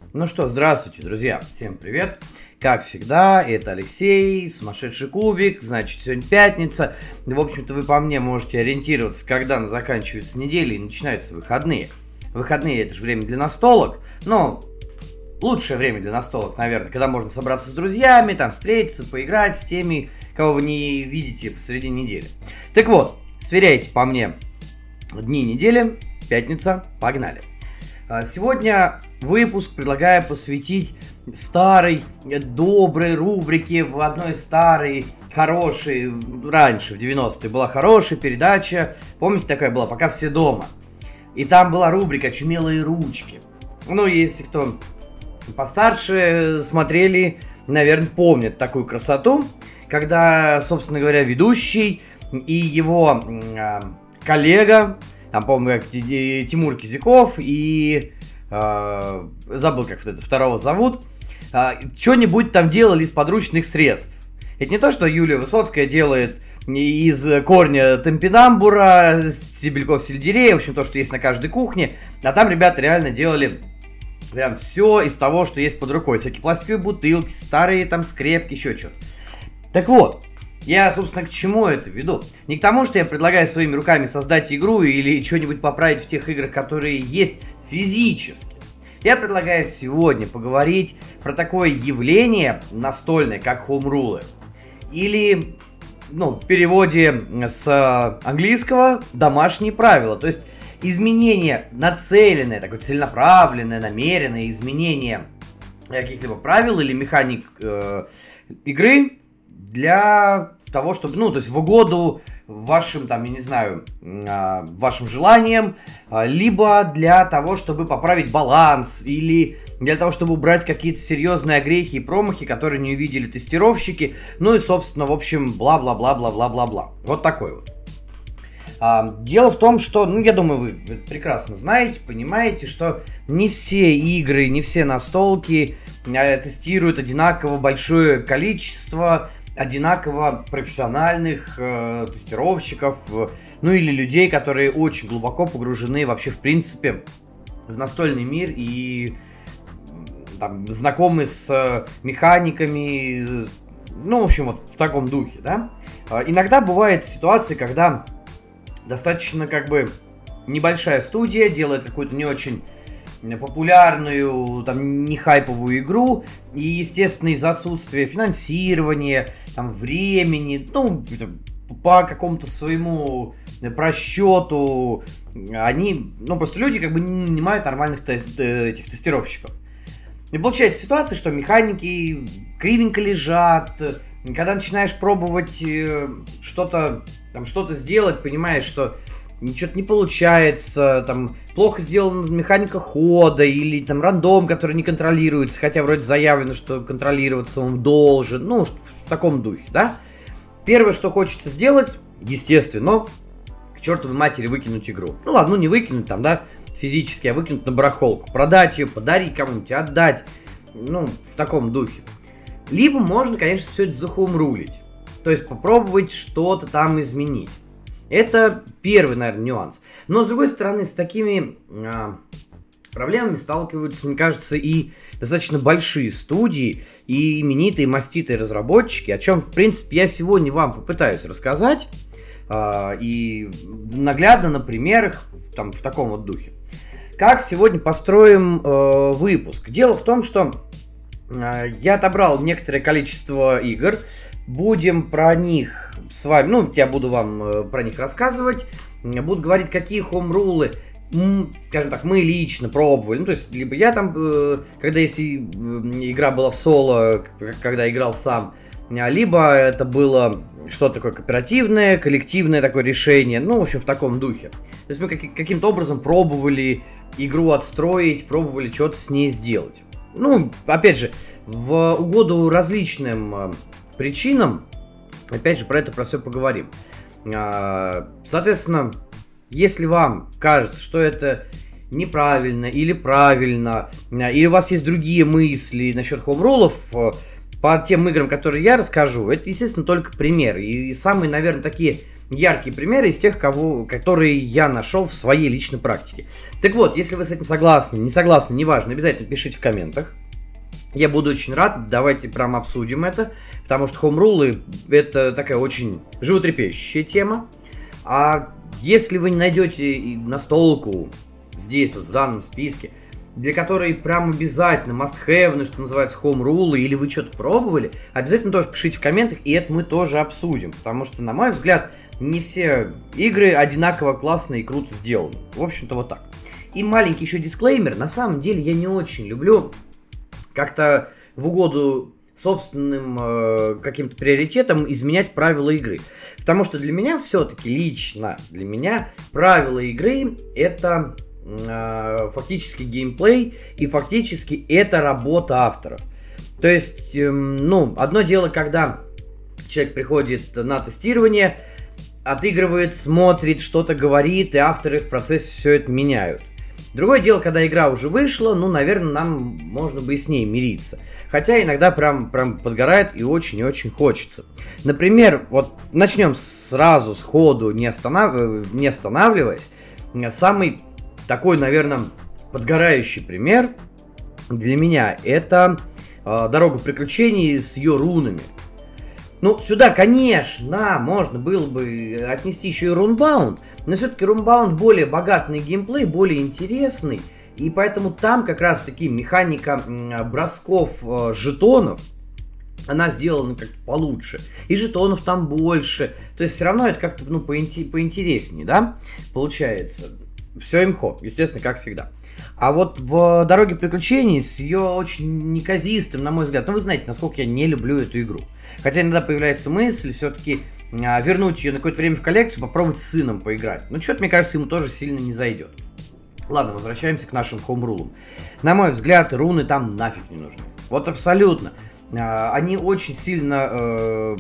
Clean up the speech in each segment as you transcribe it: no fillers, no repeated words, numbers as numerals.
Ну что, здравствуйте, друзья, всем привет. Как всегда, это Алексей, сумасшедший кубик, значит, сегодня пятница. В общем-то, вы по мне можете ориентироваться, когда заканчивается неделя и начинаются выходные. Выходные – это же время для настолок, но лучшее время для настолок, наверное, когда можно собраться с друзьями, там, встретиться, поиграть с теми, кого вы не видите посреди недели. Так вот, сверяйте по мне дни недели, пятница, погнали. Сегодня выпуск предлагаю посвятить старой, доброй рубрике в одной старой, хорошей, раньше, в 90-е, была хорошая передача, помните, такая была «Пока все дома». И там была рубрика «Очумелые ручки». Ну, если кто постарше смотрели, наверное, помнят такую красоту, когда, собственно говоря, ведущий и его коллега, там, по-моему, как Тимур Кизяков и забыл, как второго зовут, что-нибудь там делали из подручных средств. Это не то, что Юлия Высоцкая делает из корня темпинамбура, стебельков сельдерея, в общем, то, что есть на каждой кухне, а там ребята реально делали прям все из того, что есть под рукой. Всякие пластиковые бутылки, старые там скрепки, еще что-то. Так вот, я, собственно, к чему это веду? Не к тому, что я предлагаю своими руками создать игру или что-нибудь поправить в тех играх, которые есть физически. Я предлагаю сегодня поговорить про такое явление настольное, как хоум-рулы. Или, в переводе с английского, домашние правила. То есть изменение нацеленное, такое целенаправленное, намеренное изменение каких-либо правил или механик игры для того, чтобы, то есть в угоду вашим, там, я не знаю, вашим желаниям, либо для того, чтобы поправить баланс, или для того, чтобы убрать какие-то серьезные огрехи и промахи, которые не увидели тестировщики, ну и, собственно, в общем, бла-бла-бла-бла-бла-бла-бла. Вот такой вот. Дело в том, что, я думаю, вы прекрасно знаете, понимаете, что не все игры, не все настолки тестируют одинаково большое количество одинаково профессиональных тестировщиков, или людей, которые очень глубоко погружены вообще в принципе в настольный мир и там, знакомы с механиками, в общем, вот в таком духе, да. Иногда бывает ситуация, когда достаточно небольшая студия делает какую-то не очень популярную, там, не хайповую игру, и, естественно, из-за отсутствия финансирования, там, времени, по какому-то своему просчету, они, просто люди не нанимают нормальных этих тестировщиков. И получается ситуация, что механики кривенько лежат, когда начинаешь пробовать что-то сделать, понимаешь, что ничего не получается, там, плохо сделана механика хода, или там рандом, который не контролируется, хотя вроде заявлено, что контролироваться он должен, в таком духе, да. Первое, что хочется сделать, естественно, к чертовой матери выкинуть игру. Ладно, не выкинуть там, да, физически, а выкинуть на барахолку, продать ее, подарить кому-нибудь, отдать, в таком духе. Либо можно, конечно, все это захоумрулить, то есть попробовать что-то там изменить. Это первый, наверное, нюанс. Но, с другой стороны, с такими проблемами сталкиваются, мне кажется, и достаточно большие студии, и именитые, маститые разработчики, о чем, в принципе, я сегодня вам попытаюсь рассказать, и наглядно на примерах, там, в таком вот духе. Как сегодня построим выпуск? Дело в том, что я отобрал некоторое количество игр, будем про них с вами, я буду вам про них рассказывать, буду говорить, какие хоум-рулы, скажем так, мы лично пробовали, то есть, либо я там, если игра была в соло, когда играл сам, либо это было что-то такое кооперативное, коллективное такое решение, в общем, в таком духе. То есть мы каким-то образом пробовали игру отстроить, пробовали что-то с ней сделать. Опять же, в угоду различным причинам, опять же, про все поговорим. Соответственно, если вам кажется, что это неправильно или правильно, или у вас есть другие мысли насчет хоум-рулов, по тем играм, которые я расскажу, это, естественно, только примеры. И самые, наверное, такие яркие примеры из тех, которые я нашел в своей личной практике. Так вот, если вы с этим согласны, не согласны, неважно, обязательно пишите в комментах. Я буду очень рад, давайте прям обсудим это, потому что хоум-рулы это такая очень животрепещущая тема. А если вы не найдете настолку здесь, вот в данном списке, для которой прям обязательно must-have, что называется, хоум-рулы, или вы что-то пробовали, обязательно тоже пишите в комментах, и это мы тоже обсудим, потому что, на мой взгляд, не все игры одинаково классно и круто сделаны. В общем-то, вот так. И маленький еще дисклеймер, на самом деле я не очень люблю как-то в угоду собственным каким-то приоритетам изменять правила игры. Потому что для меня все-таки лично, для меня правила игры это фактически геймплей и фактически это работа автора. То есть, одно дело, когда человек приходит на тестирование, отыгрывает, смотрит, что-то говорит, и авторы в процессе все это меняют. Другое дело, когда игра уже вышла, наверное, нам можно бы и с ней мириться. Хотя иногда прям подгорает и очень-очень хочется. Например, вот начнем сразу, сходу, не останавливаясь. Самый такой, наверное, подгорающий пример для меня это «Дорога приключений» с ее рунами. Сюда, конечно, можно было бы отнести еще и Runebound, но все-таки Runebound более богатый геймплей, более интересный, и поэтому там как раз-таки механика бросков жетонов, она сделана как-то получше, и жетонов там больше, то есть все равно это как-то поинтереснее, да, получается. Все имхо, естественно, как всегда. А вот в «Дороге приключений» с ее очень неказистым, на мой взгляд, вы знаете, насколько я не люблю эту игру. Хотя иногда появляется мысль все-таки вернуть ее на какое-то время в коллекцию, попробовать с сыном поиграть. Что-то, мне кажется, ему тоже сильно не зайдет. Ладно, возвращаемся к нашим хоум-рулам. На мой взгляд, руны там нафиг не нужны. Вот абсолютно. Они очень сильно,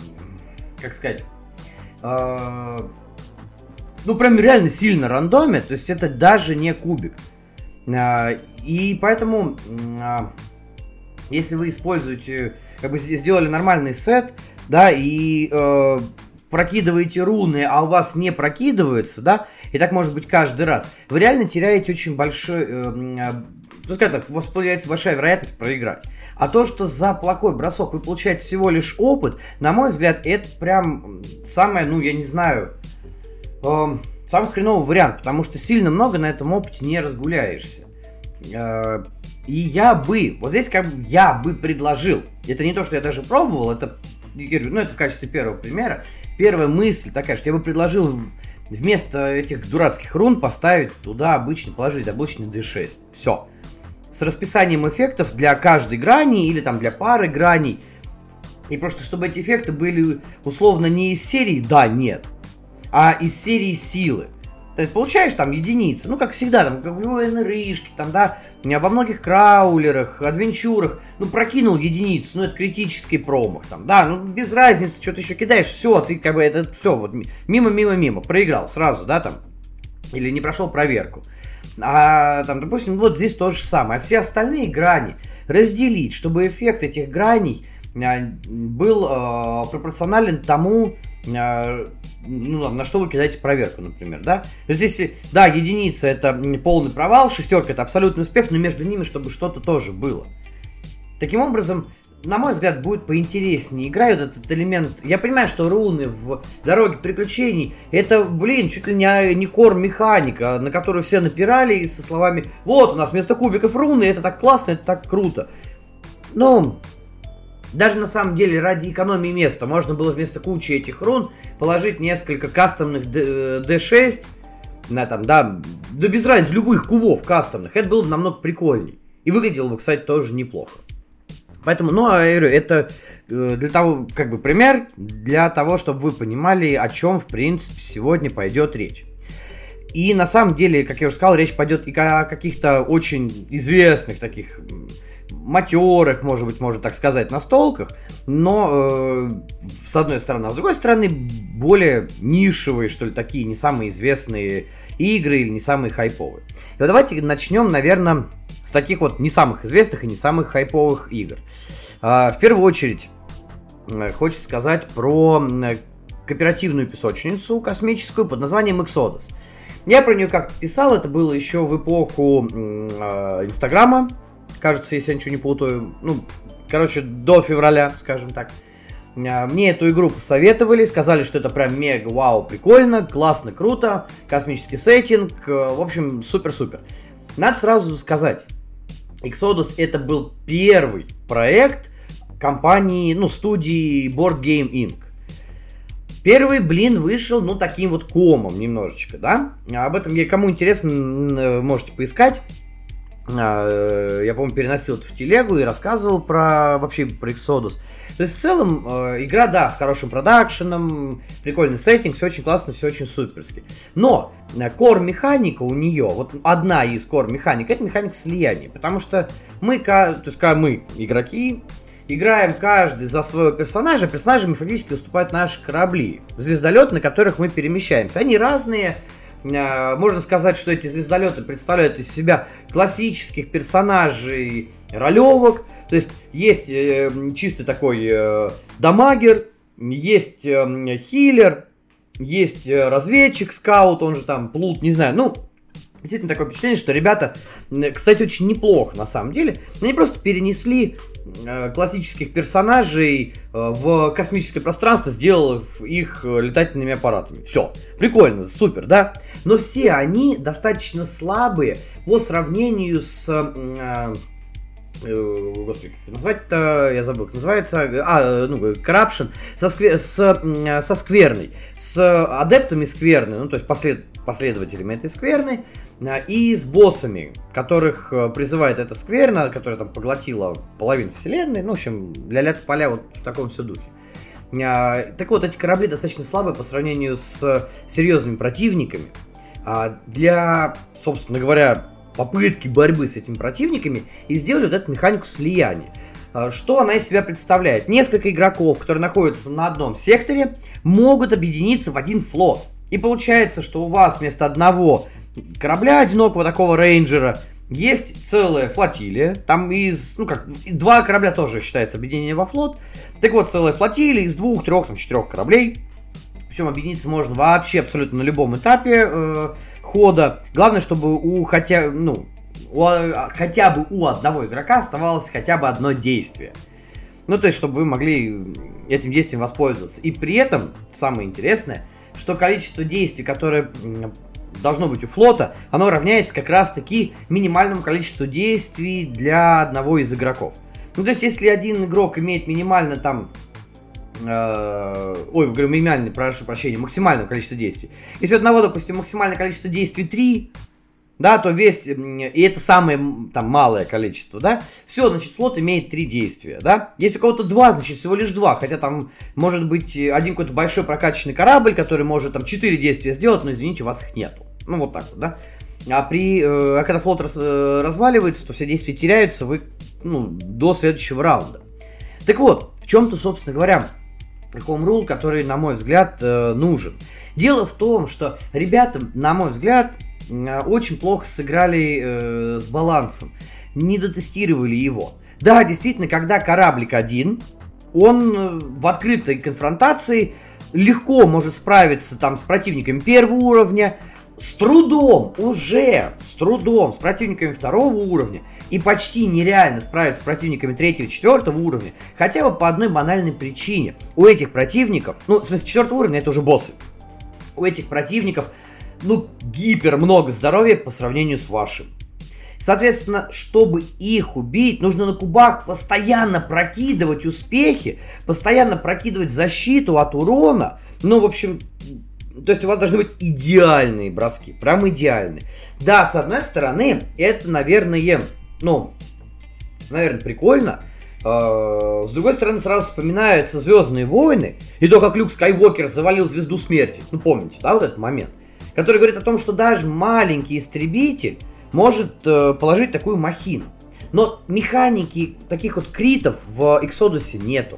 прям реально сильно рандомят, то есть это даже не кубик. И поэтому, если вы используете, сделали нормальный сет, да, и прокидываете руны, а у вас не прокидываются, да, и так может быть каждый раз, вы реально теряете очень большой, у вас появляется большая вероятность проиграть. А то, что за плохой бросок вы получаете всего лишь опыт, на мой взгляд, это прям самое, самый хреновый вариант, потому что сильно много на этом опыте не разгуляешься. И я бы предложил, это не то, что я даже пробовал, это в качестве первого примера, первая мысль такая, что я бы предложил вместо этих дурацких рун поставить туда положить обычный D6. Все. С расписанием эффектов для каждой грани или там для пары граней. И просто чтобы эти эффекты были условно не из серии «да», «нет», а из серии силы. То есть получаешь там единицы, как всегда, там, как в НРИшке, там, да, во многих краулерах, адвенчурах, прокинул единицу, это критический промах, там, да, без разницы, что ты еще кидаешь, все, ты это все, вот, мимо, проиграл сразу, да, там, или не прошел проверку. А там, допустим, вот здесь то же самое, а все остальные грани разделить, чтобы эффект этих граней был пропорционален тому, на что вы кидаете проверку, например, да? То есть, если, да, единица это полный провал, шестерка это абсолютный успех, но между ними, чтобы что-то тоже было. Таким образом, на мой взгляд, будет поинтереснее играют этот элемент. Я понимаю, что руны в «Дороге приключений» это, чуть ли не кор-механика, на которую все напирали и со словами «Вот у нас вместо кубиков руны, это так классно, это так круто». Даже на самом деле ради экономии места можно было вместо кучи этих рун положить несколько кастомных D6, без разницы, любых кубов кастомных. Это было бы намного прикольней. И выглядело бы, кстати, тоже неплохо. Поэтому, я говорю, это для того, пример для того, чтобы вы понимали, о чем, в принципе, сегодня пойдет речь. И на самом деле, как я уже сказал, речь пойдет и о каких-то очень известных таких матерых, может быть, можно так сказать, настолках, но с одной стороны, а с другой стороны, более нишевые, что ли, такие, не самые известные игры или не самые хайповые. И вот давайте начнем, наверное, с таких вот не самых известных и не самых хайповых игр. В первую очередь, хочется сказать про кооперативную песочницу космическую под названием Exodus. Я про нее как-то писал, это было еще в эпоху Инстаграма, кажется, если я ничего не путаю, до февраля, скажем так. Мне эту игру посоветовали, сказали, что это прям мега, вау, прикольно, классно, круто, космический сеттинг, в общем, супер-супер. Надо сразу сказать, Exodus это был первый проект компании, студии Board Game Inc. Первый блин вышел, таким вот комом немножечко, да? Об этом, кому интересно, можете поискать. Я, по-моему, переносил это в телегу и рассказывал про Exodus. То есть, в целом, игра, да, с хорошим продакшеном, прикольный сеттинг, все очень классно, все очень суперски. Но кор-механика у нее, вот одна из кор-механик, это механика слияния. Потому что мы, игроки, играем каждый за своего персонажа, персонажами фактически выступают наши корабли, звездолеты, на которых мы перемещаемся. Они разные. Можно сказать, что эти звездолеты представляют из себя классических персонажей ролевок. То есть есть чисто такой дамагер, есть хилер, есть разведчик, скаут, он же там плут, не знаю. Действительно такое впечатление, что ребята, кстати, очень неплохо на самом деле. Они просто перенесли классических персонажей в космическое пространство, сделав их летательными аппаратами. Все, прикольно, супер, да? Но все они достаточно слабые по сравнению с... Господи, как назвать-то, я забыл, как называется, Corruption, со скверной, с адептами скверны, то есть последователями этой скверны, и с боссами, которых призывает эта скверна, которая там поглотила половину вселенной, в общем, ля-ля поля вот в таком все духе. Так вот, эти корабли достаточно слабые по сравнению с серьезными противниками. Для, собственно говоря, попытки борьбы с этими противниками и сделали вот эту механику слияния. Что она из себя представляет? Несколько игроков, которые находятся на одном секторе, могут объединиться в один флот. И получается, что у вас вместо одного корабля, одинокого такого рейнджера, есть целая флотилия. Там два корабля тоже считается объединение во флот. Так вот, целая флотилия из 2, 3, 4 кораблей. Причем объединиться можно вообще абсолютно на любом этапе хода. Главное, чтобы хотя бы у одного игрока оставалось хотя бы одно действие. То есть, чтобы вы могли этим действием воспользоваться. И при этом, самое интересное, что количество действий, которое должно быть у флота, оно равняется как раз-таки минимальному количеству действий для одного из игроков. То есть, если один игрок имеет минимально максимальное количество действий. Если у одного, допустим, максимальное количество действий 3, да, то и это самое малое количество, да, все, значит, флот имеет 3 действия, да. Если у кого-то 2, значит, всего лишь 2, хотя там может быть один какой-то большой прокачанный корабль, который может 4 действия сделать, но, извините, у вас их нету. Вот так вот, да. А когда флот разваливается, то все действия теряются до следующего раунда. Так вот, в чем-то, собственно говоря, Home Rule, который, на мой взгляд, нужен. Дело в том, что ребята, на мой взгляд, очень плохо сыграли с балансом, не дотестировали его. Да, действительно, когда кораблик один, он в открытой конфронтации легко может справиться с противниками первого уровня, с трудом с противниками второго уровня, и почти нереально справиться с противниками третьего и четвертого уровня, хотя бы по одной банальной причине. У этих противников, в смысле четвертого уровня это уже боссы, у этих противников гипер много здоровья по сравнению с вашим. Соответственно, чтобы их убить, нужно на кубах постоянно прокидывать успехи, постоянно прокидывать защиту от урона. В общем, то есть у вас должны быть идеальные броски, прям идеальные. Да, с одной стороны, это, наверное, прикольно. С другой стороны, сразу вспоминаются «Звездные войны» и то, как Люк Скайуокер завалил звезду смерти. Помните, да, вот этот момент? Который говорит о том, что даже маленький истребитель может положить такую махину. Но механики таких вот критов в Exodus нету.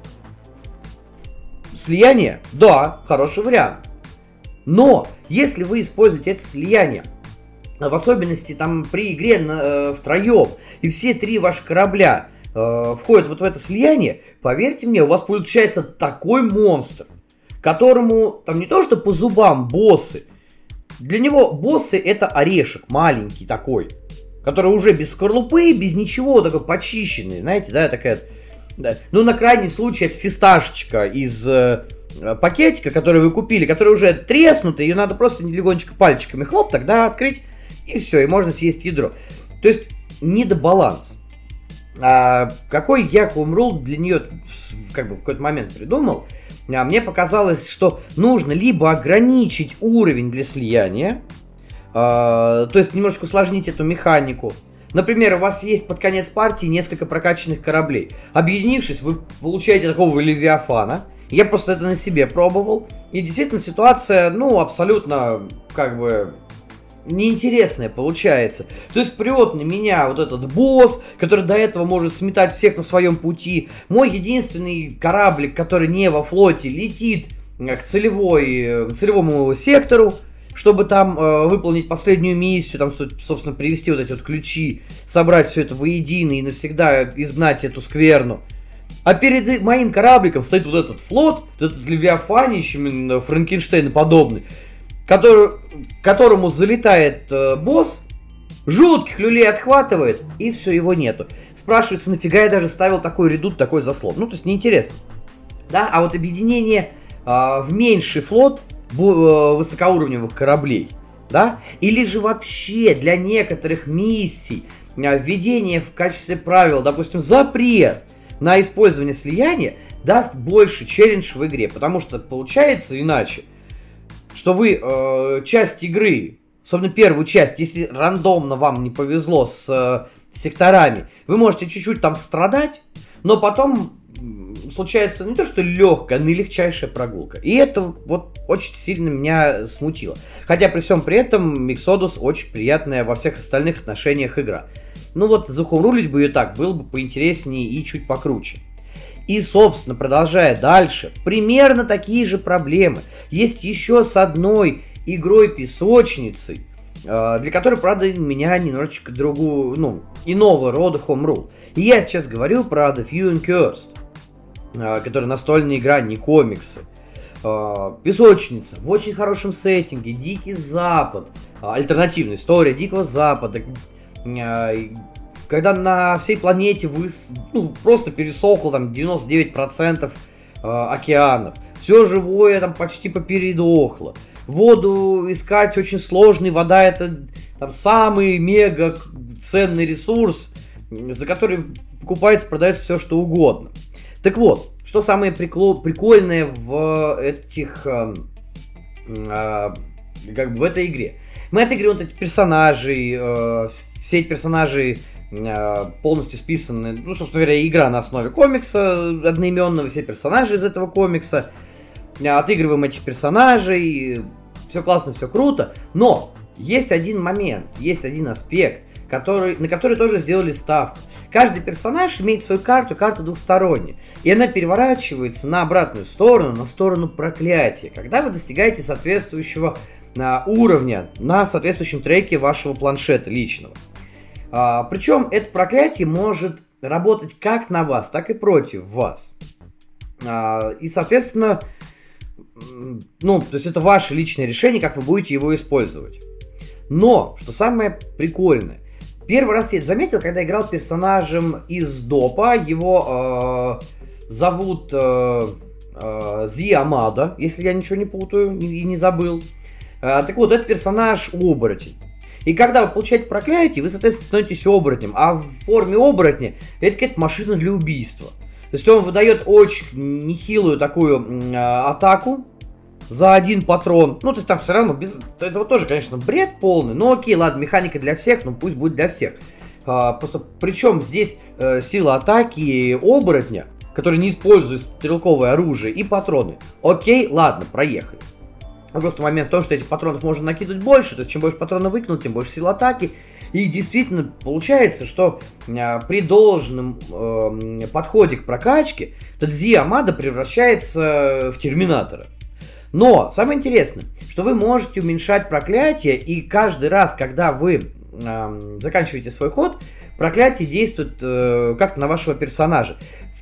Слияние? Да, хороший вариант. Но если вы используете это слияние, в особенности при игре втроем, и все 3 ваших корабля входят вот в это слияние, поверьте мне, у вас получается такой монстр, которому там не то что по зубам боссы, для него боссы это орешек маленький такой, который уже без скорлупы, без ничего, такой почищенный, знаете, да, такая, да. Ну, на крайний случай это фисташечка из пакетика, который вы купили, который уже треснутый, ее надо просто легонечко пальчиками хлоп, тогда открыть, и все, и можно съесть ядро. То есть, недобаланс. Какой я Home Rule для нее как бы в какой-то момент придумал, мне показалось, что нужно либо ограничить уровень для слияния, то есть немножко усложнить эту механику. Например, у вас есть под конец партии несколько прокачанных кораблей. Объединившись, вы получаете такого левиафана. Я просто это на себе пробовал. И действительно ситуация, ну, абсолютно, как бы, неинтересная получается. То есть прет на меня вот этот босс, который до этого может сметать всех на своем пути. Мой единственный кораблик, который не во флоте, летит к целевому сектору, чтобы там выполнить последнюю миссию, там, собственно, привести вот эти вот ключи, собрать все это воедино и навсегда изгнать эту скверну. А перед моим корабликом стоит вот этот флот, вот этот левиафанище, именно Франкенштейн подобный, которому залетает босс, жутких люлей отхватывает, и все, его нету. Спрашивается, нафига я даже ставил такой редут, такой заслон. Ну, то есть, неинтересно. Да, а вот объединение в меньший флот высокоуровневых кораблей, да, или же вообще для некоторых миссий введение в качестве правил, допустим, запрет на использование слияния даст больше челлендж в игре, потому что получается иначе, что вы часть игры, особенно первую часть, если рандомно вам не повезло с секторами, вы можете чуть-чуть там страдать, но потом случается не то что легкая, но и легчайшая прогулка. И это вот очень сильно меня смутило. Хотя при всем при этом Exodus очень приятная во всех остальных отношениях игра. Ну вот захумрулить бы ее так, было бы поинтереснее и чуть покруче. И, собственно, продолжая дальше, примерно такие же проблемы есть еще с одной игрой-песочницей, для которой, правда, у меня немножечко иного рода Home Rule. И я сейчас говорю про The Few and Cursed, которая настольная игра, не комиксы. Песочница в очень хорошем сеттинге, Дикий Запад, альтернативная история Дикого Запада, когда на всей планете просто пересохло там 99% океанов, все живое там почти попередохло. Воду искать очень сложно, и вода это там самый мега ценный ресурс, за который покупается, продается все что угодно. Так вот, что самое прикольное в в этой игре? Мы отыгрываем вот эти персонажей, все эти персонажи полностью списаны, собственно говоря, игра на основе комикса одноименного, все персонажи из этого комикса. Отыгрываем этих персонажей, все классно, все круто, но есть один момент, есть один аспект, на который тоже сделали ставку. Каждый персонаж имеет свою карту двухсторонняя, и она переворачивается на обратную сторону, на сторону проклятия, когда вы достигаете соответствующего уровня на соответствующем треке вашего планшета личного. Причем это проклятие может работать как на вас, так и против вас. И, соответственно, то есть это ваше личное решение, как вы будете его использовать. Но, что самое прикольное, первый раз я это заметил, когда играл персонажем из допа, его зовут Зи Амада, если я ничего не путаю и не забыл. Так вот, это персонаж оборотень. И когда вы получаете проклятие, вы, соответственно, становитесь оборотнем. А в форме оборотня это какая-то машина для убийства. То есть он выдает очень нехилую такую атаку за один патрон. Ну, то есть там все равно, это вот тоже, конечно, бред полный. Но окей, ладно, механика для всех, но пусть будет для всех. Просто причем здесь сила атаки оборотня, который не использует стрелковое оружие, и патроны. Окей, ладно, проехали. Просто момент в том, что этих патронов можно накидывать больше, то есть чем больше патронов выкинуть, тем больше сил атаки. И действительно получается, что при должном подходе к прокачке этот Зи Амада превращается в Терминатора. Но самое интересное, что вы можете уменьшать проклятие, и каждый раз, когда вы заканчиваете свой ход, проклятие действует как-то на вашего персонажа.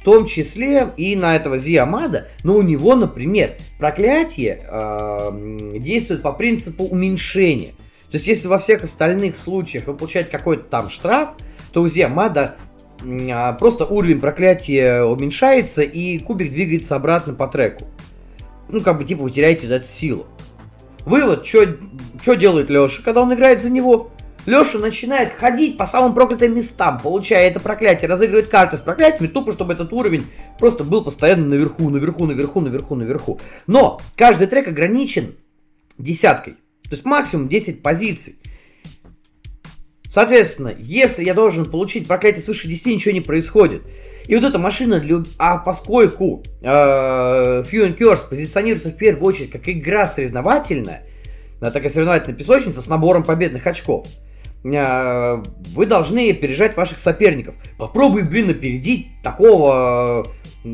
в том числе и на этого Зиамада, но у него, например, проклятие действует по принципу уменьшения. То есть, если во всех остальных случаях вы получаете какой-то там штраф, то у Зиамада просто уровень проклятия уменьшается, и кубик двигается обратно по треку. Ну, как бы, типа, вы теряете эту силу. Вывод, что делает Леша, когда он играет за него? Леша начинает ходить по самым проклятым местам, получая это проклятие, разыгрывает карты с проклятиями, тупо, чтобы этот уровень просто был постоянно наверху. Но каждый трек ограничен десяткой, то есть максимум 10 позиций. Соответственно, если я должен получить проклятие свыше 10, ничего не происходит. И вот эта машина, поскольку Few and Curse позиционируется в первую очередь как игра соревновательная, такая соревновательная песочница с набором победных очков, вы должны опережать ваших соперников. Попробуй, опередить такого,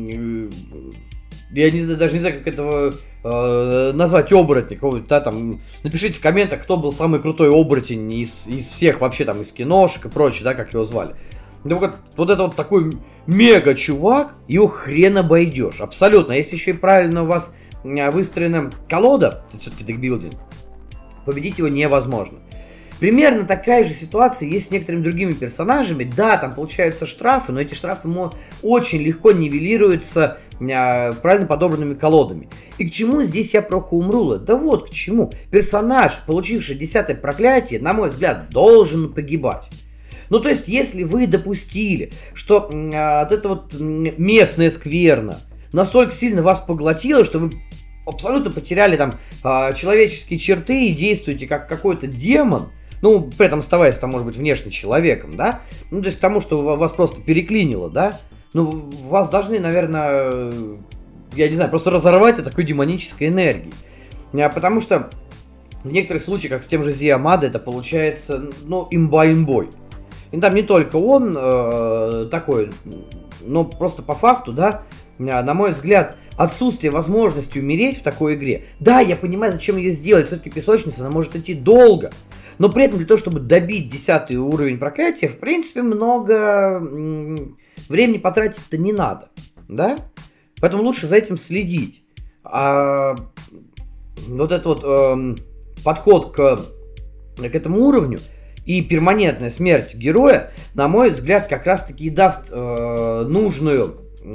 я не знаю, даже не знаю, как этого назвать, оборотня какого-то, да, там, напишите в комментах, кто был самый крутой оборотень из всех вообще, там, из киношек и прочее, да, как его звали. Да, вот это вот такой мега-чувак, его хрен обойдешь, абсолютно. Если еще и правильно у вас выстроена колода, это все-таки декбилдинг, победить его невозможно. Примерно такая же ситуация есть с некоторыми другими персонажами. Да, там получаются штрафы, но эти штрафы очень легко нивелируются правильно подобранными колодами. И к чему здесь я про Хоумрула? Да вот к чему. Персонаж, получивший 10-е проклятие, на мой взгляд, должен погибать. Ну, то есть, если вы допустили, что вот это вот местная скверна настолько сильно вас поглотила, что вы абсолютно потеряли там человеческие черты и действуете как какой-то демон, ну, при этом оставаясь там, может быть, внешне человеком, да, ну, то есть к тому, что вас просто переклинило, да, ну, вас должны, наверное, я не знаю, просто разорвать от такой демонической энергии, потому что в некоторых случаях, как с тем же Зиамада, это получается, ну, имба-имбой. И там не только он такой, но просто по факту, да, на мой взгляд, отсутствие возможности умереть в такой игре. Да, я понимаю, зачем ее сделать, все-таки песочница, она может идти долго, но при этом для того, чтобы добить 10-й уровень проклятия, в принципе, много времени потратить-то не надо, да? Поэтому лучше за этим следить. А вот этот вот подход к этому уровню и перманентная смерть героя, на мой взгляд, как раз-таки и даст нужную,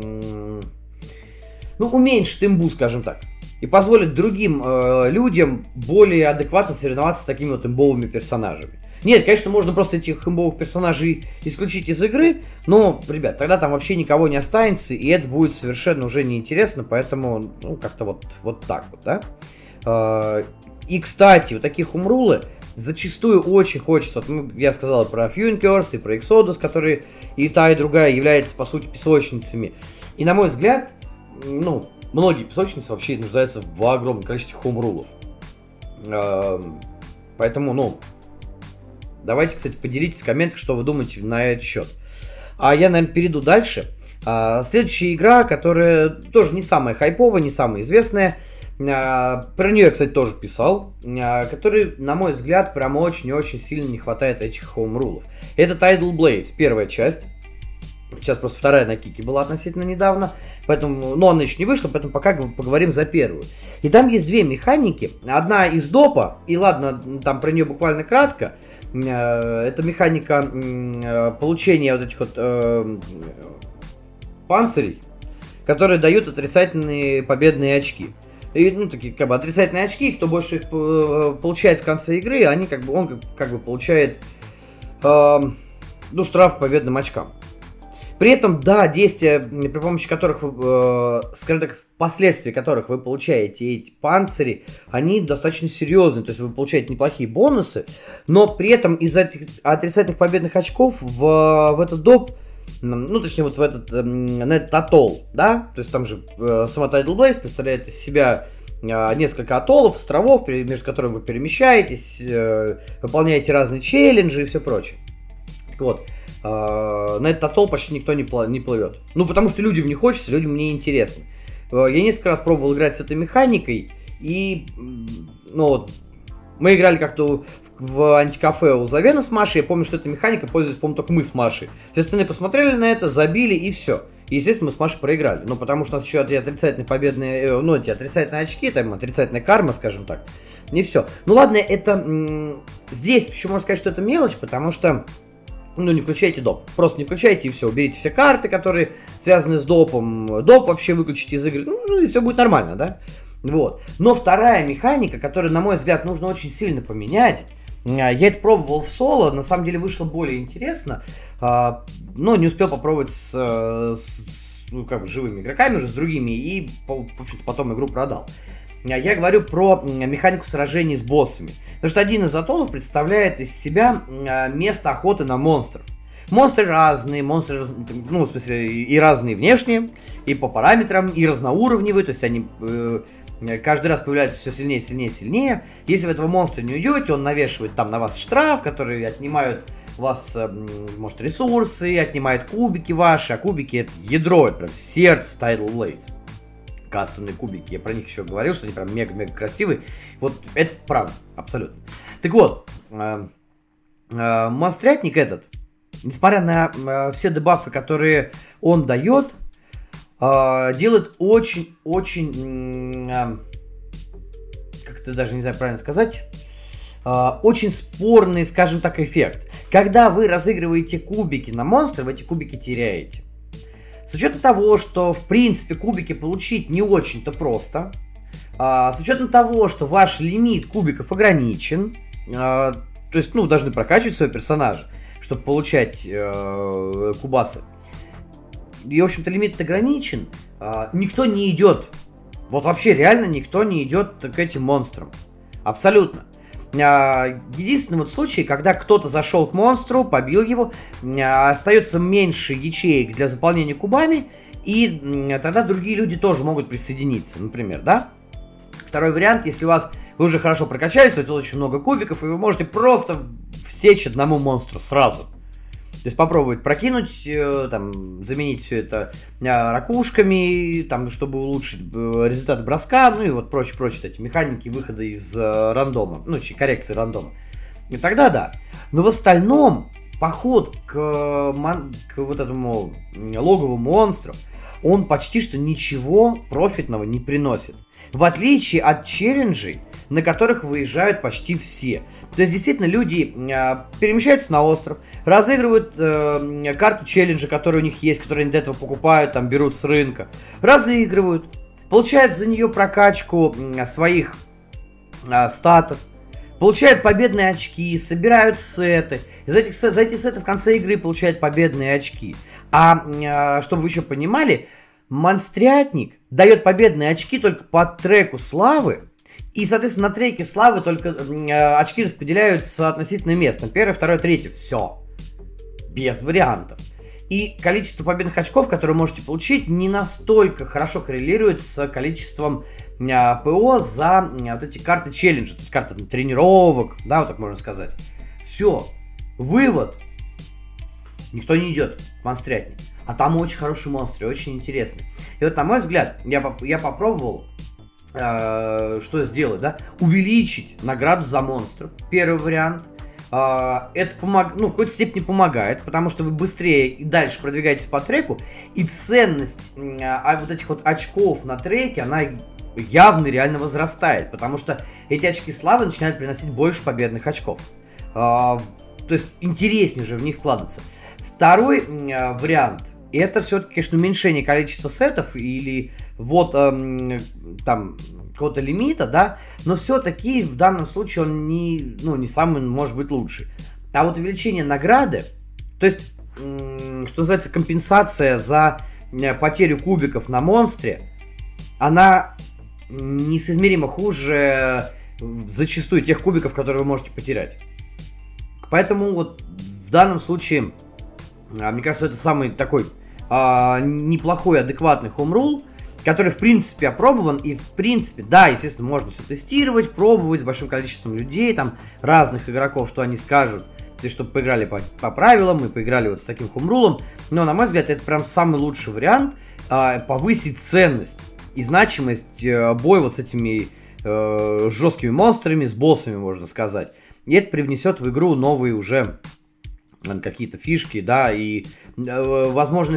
ну, уменьшит имбу, скажем так, и позволит другим людям более адекватно соревноваться с такими вот имбовыми персонажами. Нет, конечно, можно просто этих имбовых персонажей исключить из игры, но, ребят, тогда там вообще никого не останется, и это будет совершенно уже неинтересно, поэтому, ну, как-то вот так вот, да. И, кстати, вот такие хумрулы зачастую очень хочется, вот я сказал про Few and Curse и про Exodus, которые и та, и другая являются, по сути, песочницами. И, на мой взгляд, ну, многие песочницы вообще нуждаются в огромном количестве хоумрулов. Поэтому, ну, давайте, кстати, поделитесь в комментах, что вы думаете на этот счет. А я, наверное, перейду дальше. Следующая игра, которая тоже не самая хайповая, не самая известная, про нее я, кстати, тоже писал, который, на мой взгляд, прям очень-очень сильно не хватает этих хоумрулов. Это Tidal Blaze, первая часть. Сейчас просто вторая на Кике была относительно недавно, поэтому, но она еще не вышла, поэтому пока поговорим за первую. И там есть две механики. Одна из допа, и ладно, там про нее буквально кратко. Это механика получения вот этих вот панцирей, которые дают отрицательные победные очки. И, ну, такие как бы отрицательные очки, кто больше их получает в конце игры, они он как бы получает ну, штраф по победным очкам. При этом, да, действия, при помощи которых вы, скажем так, впоследствии которых вы получаете эти панцири, они достаточно серьезные, то есть вы получаете неплохие бонусы, но при этом из этих отрицательных победных очков в этот доп, ну, точнее, вот на этот атолл, да, то есть там же сама Tidal Blaze представляет из себя несколько атоллов, островов, между которыми вы перемещаетесь, выполняете разные челленджи и все прочее. Так вот, на этот атолл почти никто не плывет. Ну, потому что людям не хочется, людям не интересно. Я несколько раз пробовал играть с этой механикой, и, ну, вот, мы играли как-то в антикафе у Завена с Машей. Я помню, что эта механика пользуется, по-моему, только мы с Машей. Все остальные посмотрели на это, забили, и все. И, естественно, мы с Машей проиграли. Ну, потому что у нас еще эти отрицательные победные, эти отрицательные очки, там, отрицательная карма, скажем так. Не все. Ну, ладно, это... Здесь еще можно сказать, что это мелочь, потому что... не включайте доп. Просто не включайте и все. Уберите все карты, которые связаны с допом. Доп вообще выключите из игры. И все будет нормально, да? Вот. Но вторая механика, которую, на мой взгляд, нужно очень сильно поменять. Я это пробовал в соло, на самом деле вышло более интересно, но не успел попробовать с живыми игроками уже, с другими, и, в общем-то, потом игру продал. Я говорю про механику сражений с боссами. Потому что один из атоллов представляет из себя место охоты на монстров. Монстры разные, в смысле, и разные внешне, и по параметрам, и разноуровневые, то есть они... каждый раз появляется все сильнее, сильнее, сильнее. Если вы этого монстра не уйдете, он навешивает там на вас штраф, который отнимают у вас, может, ресурсы, отнимает кубики ваши, а кубики это ядро, это прям сердце Tidal Blades. Кастомные кубики, я про них еще говорил, что они прям мега-мега красивые. Вот это правда, абсолютно. Так вот, монстрятник этот, несмотря на все дебафы, которые он дает, делает очень-очень, как-то даже не знаю правильно сказать, очень спорный, скажем так, эффект. Когда вы разыгрываете кубики на монстра, вы эти кубики теряете. С учетом того, что, в принципе, кубики получить не очень-то просто, с учетом того, что ваш лимит кубиков ограничен, то есть, должны прокачивать своего персонажа, чтобы получать кубасы, и, в общем-то, лимит ограничен, никто не идет, вот вообще реально никто не идет к этим монстрам. Абсолютно. Единственный вот случай, когда кто-то зашел к монстру, побил его, остается меньше ячеек для заполнения кубами, и тогда другие люди тоже могут присоединиться, например, да? Второй вариант, если вы уже хорошо прокачались, у вас очень много кубиков, и вы можете просто всечь одному монстру сразу. То есть попробовать прокинуть, там, заменить все это ракушками, там, чтобы улучшить результат броска, и вот прочие эти механики выхода из рандома, коррекции рандома. И тогда да. Но в остальном поход к вот этому логову монстров, он почти что ничего профитного не приносит. В отличие от челленджей, на которых выезжают почти все. То есть, действительно, люди перемещаются на остров, разыгрывают карту челленджа, которая у них есть, которую они до этого покупают, там, берут с рынка, разыгрывают, получают за нее прокачку своих статов, получают победные очки, собирают сеты. За эти сеты в конце игры получают победные очки. Чтобы вы еще понимали, монстрятник дает победные очки только по треку славы. И, соответственно, на треке славы только очки распределяются относительно мест. Первое, второе, третье. Все. Без вариантов. И количество победных очков, которые вы можете получить, не настолько хорошо коррелирует с количеством ПО за вот эти карты челленджа. То есть карты тренировок, да, вот так можно сказать. Все. Вывод. Никто не идет в монстрятник. А там очень хорошие монстры, очень интересные. И вот, на мой взгляд, я попробовал... что сделать, да? Увеличить награду за монстров. Первый вариант. Это в какой-то степени помогает, потому что вы быстрее и дальше продвигаетесь по треку, и ценность вот этих вот очков на треке, она явно реально возрастает, потому что эти очки славы начинают приносить больше победных очков. То есть интереснее же в них вкладываться. Второй вариант. Это все-таки, конечно, уменьшение количества сетов или вот там какого-то лимита, да, но все-таки в данном случае он не самый, может быть, лучший. А вот увеличение награды, то есть, что называется, компенсация за потерю кубиков на монстре, она несоизмеримо хуже зачастую тех кубиков, которые вы можете потерять. Поэтому вот в данном случае, мне кажется, это самый такой неплохой, адекватный хоум-рул, который, в принципе, опробован, и, в принципе, да, естественно, можно все тестировать, пробовать с большим количеством людей, там, разных игроков, что они скажут, то есть, чтобы поиграли по правилам, мы поиграли вот с таким хоум-рулом, но, на мой взгляд, это прям самый лучший вариант повысить ценность и значимость боя вот с этими жесткими монстрами, с боссами, можно сказать, и это привнесет в игру новые уже какие-то фишки, да, и возможность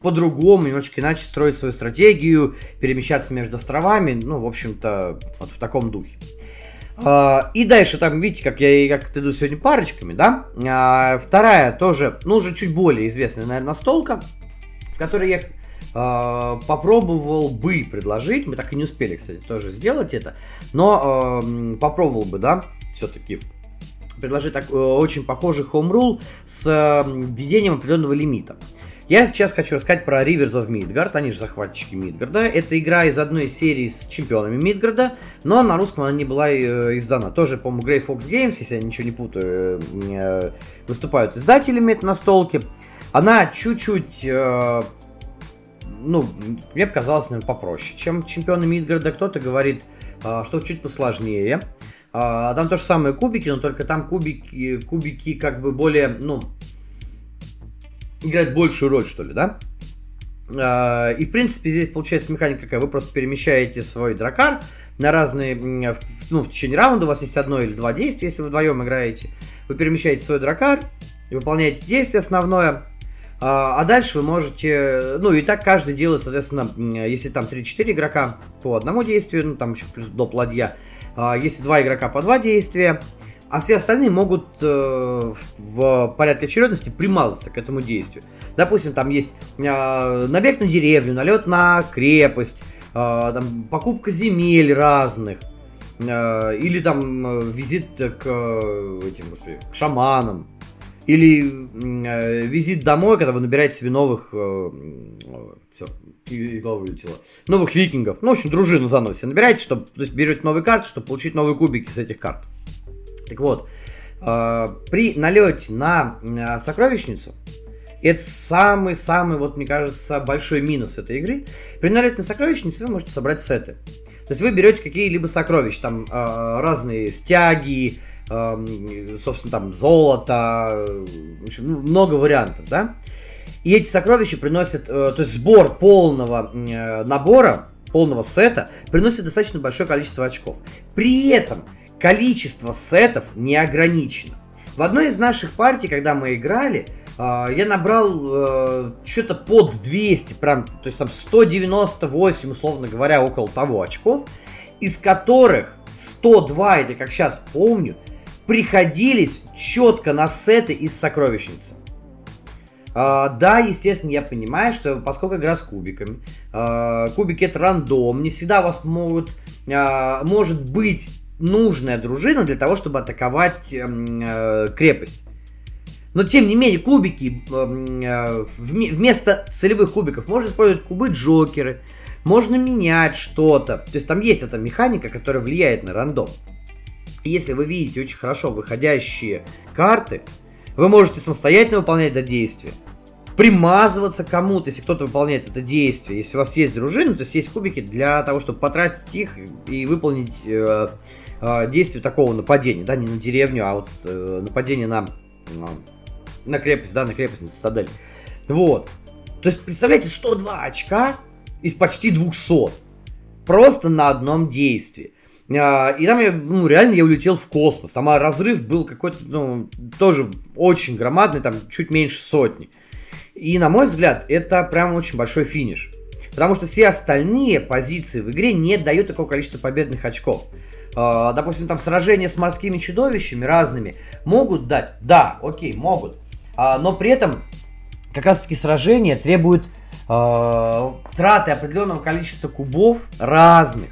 по-другому, немножечко иначе строить свою стратегию, перемещаться между островами, ну, в общем-то, вот в таком духе. И дальше там, видите, как я иду сегодня парочками, да. Вторая тоже, ну, уже чуть более известная, наверное, настолка, в которой я попробовал бы предложить, мы так и не успели, кстати, тоже сделать это, но попробовал бы, да, все-таки предложить очень похожий home rule с введением определенного лимита. Я сейчас хочу рассказать про Rivers of Midgard, они же захватчики Мидгарда. Это игра из одной серии с чемпионами Мидгарда, но на русском она не была издана. Тоже, по-моему, Grey Fox Games, если я ничего не путаю, выступают издателями этой настолки. Она чуть-чуть, ну, мне показалось, наверное, попроще, чем чемпионы Мидгарда. Кто-то говорит, что чуть посложнее. Там то же самое кубики, но только там кубики как бы более, ну, играет большую роль, что ли, да? И, в принципе, здесь получается механика какая. Вы просто перемещаете свой дракар на разные, ну, в течение раунда у вас есть одно или два действия, если вы вдвоем играете. Вы перемещаете свой дракар, выполняете действие основное, а дальше вы можете, ну, и так каждый делает, соответственно, если там 3-4 игрока по одному действию, ну, там еще плюс доп. Ладья, если 2 игрока по 2 действия, а все остальные могут в порядке очередности примазаться к этому действию. Допустим, там есть набег на деревню, налет на крепость, там, покупка земель разных, или там визит к к шаманам, или визит домой, когда вы набираете себе новых новых викингов. Ну, в общем, дружину заносите. Набираете, то есть берете новые карты, чтобы получить новые кубики с этих карт. Так вот, при налете на сокровищницу, это самый-самый, вот мне кажется, большой минус этой игры. При налете на сокровищницу вы можете собрать сеты. То есть вы берете какие-либо сокровища, там разные стяги, собственно, там золото, в общем, много вариантов, да. И эти сокровища приносят, то есть сбор полного набора, полного сета приносит достаточно большое количество очков. При этом количество сетов не ограничено. В одной из наших партий, когда мы играли, я набрал что-то под 200, прям, то есть там 198, условно говоря, около того очков, из которых 102, это как сейчас помню, приходились четко на сеты из сокровищницы. Да, естественно, я понимаю, что поскольку игра с кубиками, кубики это рандом, не всегда у вас может быть нужная дружина для того, чтобы атаковать крепость. Но, тем не менее, кубики, вместо солевых кубиков можно использовать кубы-джокеры, можно менять что-то. То есть там есть эта механика, которая влияет на рандом. И если вы видите очень хорошо выходящие карты, вы можете самостоятельно выполнять это действие, примазываться кому-то, если кто-то выполняет это действие. Если у вас есть дружина, то есть есть кубики для того, чтобы потратить их и выполнить действие такого нападения, да, не на деревню, а вот нападение на крепость, да, на крепость, на цитадель. Вот. То есть, представляете, 102 очка из почти 200. Просто на одном действии. И там реально я улетел в космос. Там разрыв был какой-то, тоже очень громадный, там чуть меньше сотни. И, на мой взгляд, это прям очень большой финиш. Потому что все остальные позиции в игре не дают такого количества победных очков. Допустим, там сражения с морскими чудовищами разными могут дать, да, окей, могут. Но при этом как раз-таки сражения требуют траты определенного количества кубов разных.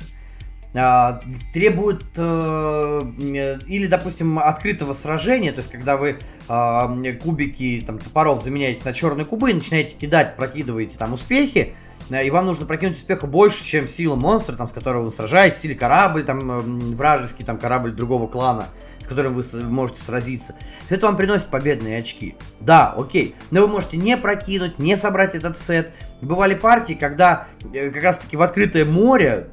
Требуют или, допустим, открытого сражения, то есть когда вы кубики там, топоров заменяете на черные кубы и начинаете кидать, прокидываете там успехи, и вам нужно прокинуть успеха больше, чем сила монстра, там, с которым вы сражаетесь, или корабль там, вражеский, там, корабль другого клана, с которым вы можете сразиться. Все это вам приносит победные очки. Да, окей, но вы можете не прокинуть, не собрать этот сет. Бывали партии, когда как раз таки в открытое море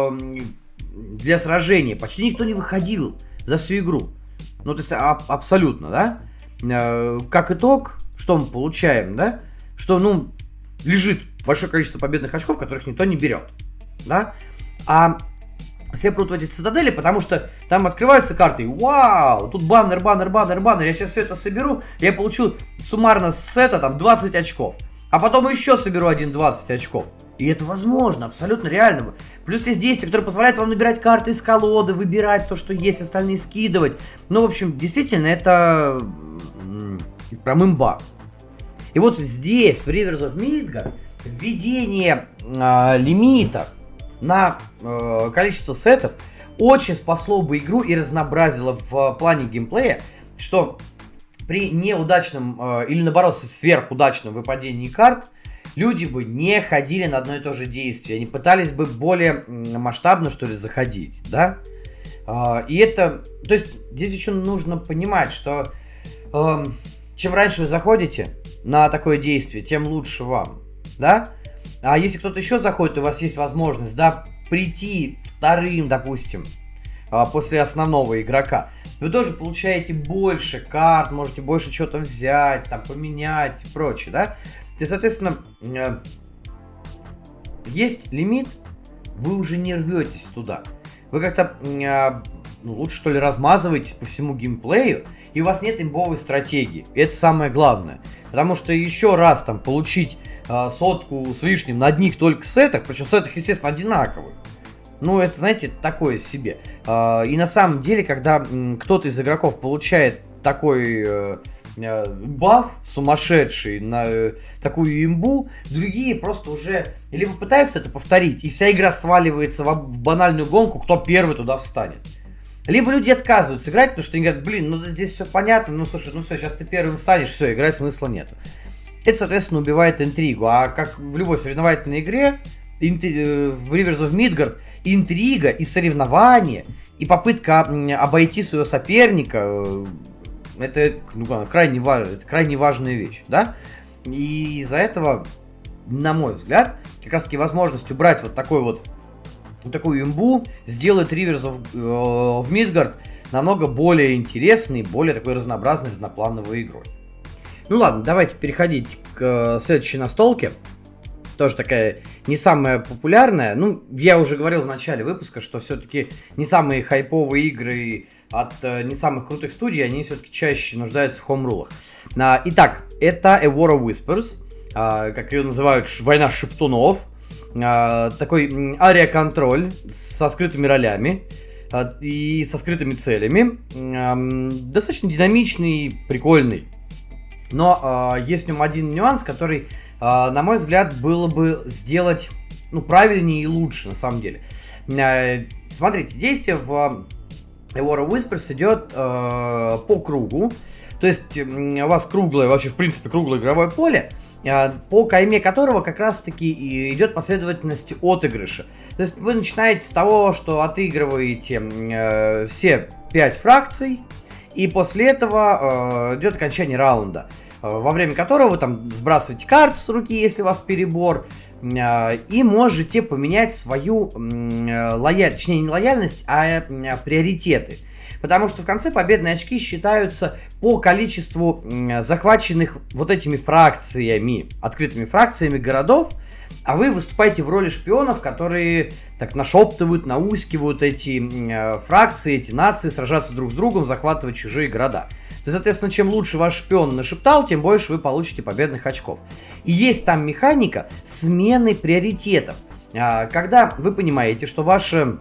для сражения почти никто не выходил за всю игру. Ну, то есть абсолютно, да? Как итог, что мы получаем, да? Что, лежит большое количество победных очков, которых никто не берет, да? А все прут в эти цитадели, потому что там открываются карты, и вау, тут баннер, я сейчас все это соберу, я получу суммарно с сета там 20 очков. а потом еще соберу 1,20 очков. И это возможно, абсолютно реально. Плюс есть действия, которые позволяют вам набирать карты из колоды, выбирать то, что есть, остальные скидывать. Ну, в общем, действительно, это прям имба. И вот здесь, в Rivers of Midgard, введение лимита на количество сетов очень спасло бы игру и разнообразило в плане геймплея, что при неудачном или наоборот сверхудачном выпадении карт люди бы не ходили на одно и то же действие, они пытались бы более масштабно, что ли, заходить, да? И это, то есть здесь еще нужно понимать, что чем раньше вы заходите на такое действие, тем лучше вам, да? А если кто-то еще заходит, у вас есть возможность, да, прийти вторым, допустим, после основного игрока, вы тоже получаете больше карт, можете больше что-то взять, там, поменять и прочее, да? И, соответственно, есть лимит, вы уже не рветесь туда. Вы как-то лучше, что ли, размазываетесь по всему геймплею, и у вас нет имбовой стратегии. И это самое главное. Потому что еще раз там получить сотку с лишним на одних только сетах, причем сетах, естественно, одинаковых, ну, это, знаете, такое себе. И на самом деле, когда кто-то из игроков получает такой баф сумасшедший на такую имбу, другие просто уже либо пытаются это повторить, и вся игра сваливается в банальную гонку, кто первый туда встанет. Либо люди отказываются играть, потому что они говорят, блин, ну здесь все понятно, ну слушай, ну все, сейчас ты первым встанешь, все, играть смысла нету. Это, соответственно, убивает интригу. А как в любой соревновательной игре, в Rivers of Midgard, интрига и соревнование, и попытка обойти своего соперника, это крайне важная вещь, да? И из-за этого, на мой взгляд, как раз таки возможность убрать вот такую имбу сделает Rivers of Midgard намного более интересной, более такой разнообразной, разноплановой игрой. Ну ладно, давайте переходить к следующей настолке. Тоже такая не самая популярная. Ну, я уже говорил в начале выпуска, что все-таки не самые хайповые игры от не самых крутых студий, они все-таки чаще нуждаются в хоум-рулах. Итак, это A War of Whispers, как ее называют, война шептунов. Такой ария-контроль со скрытыми ролями и со скрытыми целями. Достаточно динамичный, прикольный. Но есть в нем один нюанс, который, на мой взгляд, было бы сделать правильнее и лучше, на самом деле. Смотрите, действие в A War of Whispers идет по кругу. То есть у вас круглое, вообще в принципе круглое игровое поле, по кайме которого как раз-таки идет последовательность отыгрыша. То есть вы начинаете с того, что отыгрываете все 5 фракций, и после этого идет окончание раунда, во время которого вы там сбрасываете карты с руки, если у вас перебор, и можете поменять свою лояльность, точнее не лояльность, а приоритеты. Потому что в конце победные очки считаются по количеству захваченных вот этими фракциями, открытыми фракциями городов, а вы выступаете в роли шпионов, которые так нашептывают, наускивают эти фракции, эти нации, сражаться друг с другом, захватывать чужие города. То есть, соответственно, чем лучше ваш шпион нашептал, тем больше вы получите победных очков. И есть там механика смены приоритетов. Когда вы понимаете, что ваша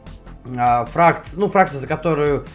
фракция, за которую,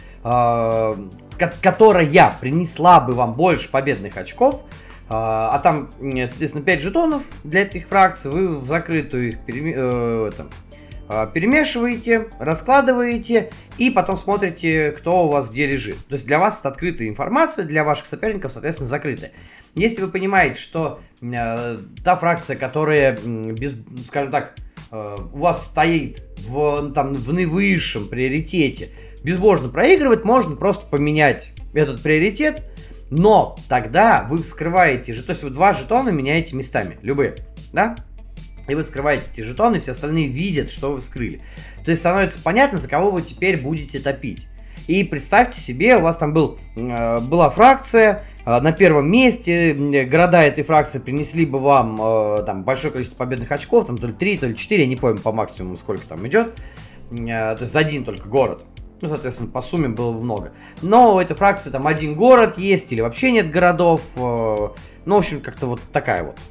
которая принесла бы вам больше победных очков, а там, соответственно, 5 жетонов для этих фракций, вы в закрытую их перемешиваете, раскладываете и потом смотрите, кто у вас где лежит. То есть для вас это открытая информация, для ваших соперников, соответственно, закрытая. Если вы понимаете, что та фракция, которая, скажем так, у вас стоит в наивысшем приоритете, безбожно проигрывает, можно просто поменять этот приоритет, но тогда вы вскрываете же, то есть вы 2 жетона меняете местами, любые, да? И вы вскрываете эти жетоны, все остальные видят, что вы вскрыли. То есть становится понятно, за кого вы теперь будете топить. И представьте себе, у вас там была фракция, на первом месте, города этой фракции принесли бы вам там большое количество победных очков, там то ли 3, то ли 4, я не помню по максимуму, сколько там идет, то есть за один только город. Ну, соответственно, по сумме было бы много. Но у этой фракции там один город есть, или вообще нет городов. Ну, в общем, как-то вот такая вот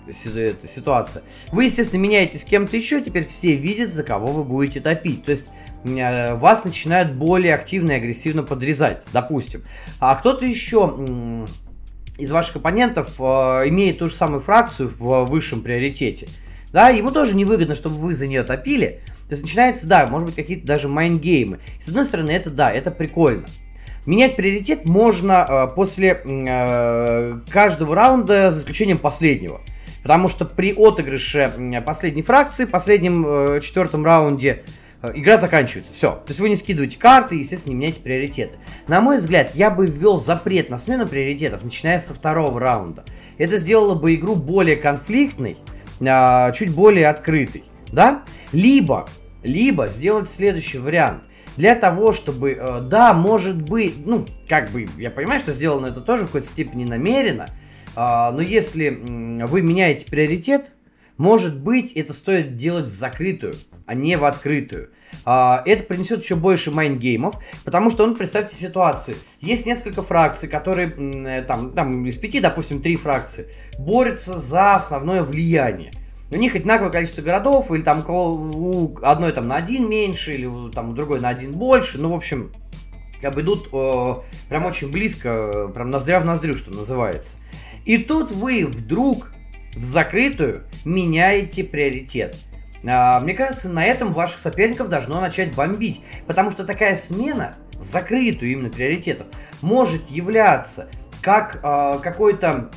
ситуация. Вы, естественно, меняете с кем-то еще, теперь все видят, за кого вы будете топить. То есть вас начинают более активно и агрессивно подрезать, допустим. А кто-то еще из ваших оппонентов имеет ту же самую фракцию в высшем приоритете. Да, ему тоже невыгодно, чтобы вы за нее топили. То есть начинается, да, может быть, какие-то даже майнгеймы. С одной стороны, это да, это прикольно. Менять приоритет можно после каждого раунда, за исключением последнего. Потому что при отыгрыше последней фракции, в последнем четвертом раунде, игра заканчивается. Все. То есть вы не скидываете карты и, естественно, не меняете приоритеты. На мой взгляд, я бы ввел запрет на смену приоритетов, начиная со второго раунда. Это сделало бы игру более конфликтной, чуть более открытой. Да? Либо сделать следующий вариант. Для того, чтобы, да, может быть, ну, как бы, я понимаю, что сделано это тоже в какой-то степени намеренно, но если вы меняете приоритет, может быть, это стоит делать в закрытую, а не в открытую. Это принесет еще больше майнгеймов, потому что, представьте ситуацию, есть несколько фракций, которые, там из 5, допустим, 3 фракции, борются за основное влияние. У них одинаковое количество городов, или там у одной там на 1 меньше, или там у другой на 1 больше. Ну, в общем, как бы идут прям очень близко, прям ноздря в ноздрю, что называется. И тут вы вдруг в закрытую меняете приоритет. Мне кажется, на этом ваших соперников должно начать бомбить. Потому что такая смена в закрытую именно приоритетов может являться как какой-то,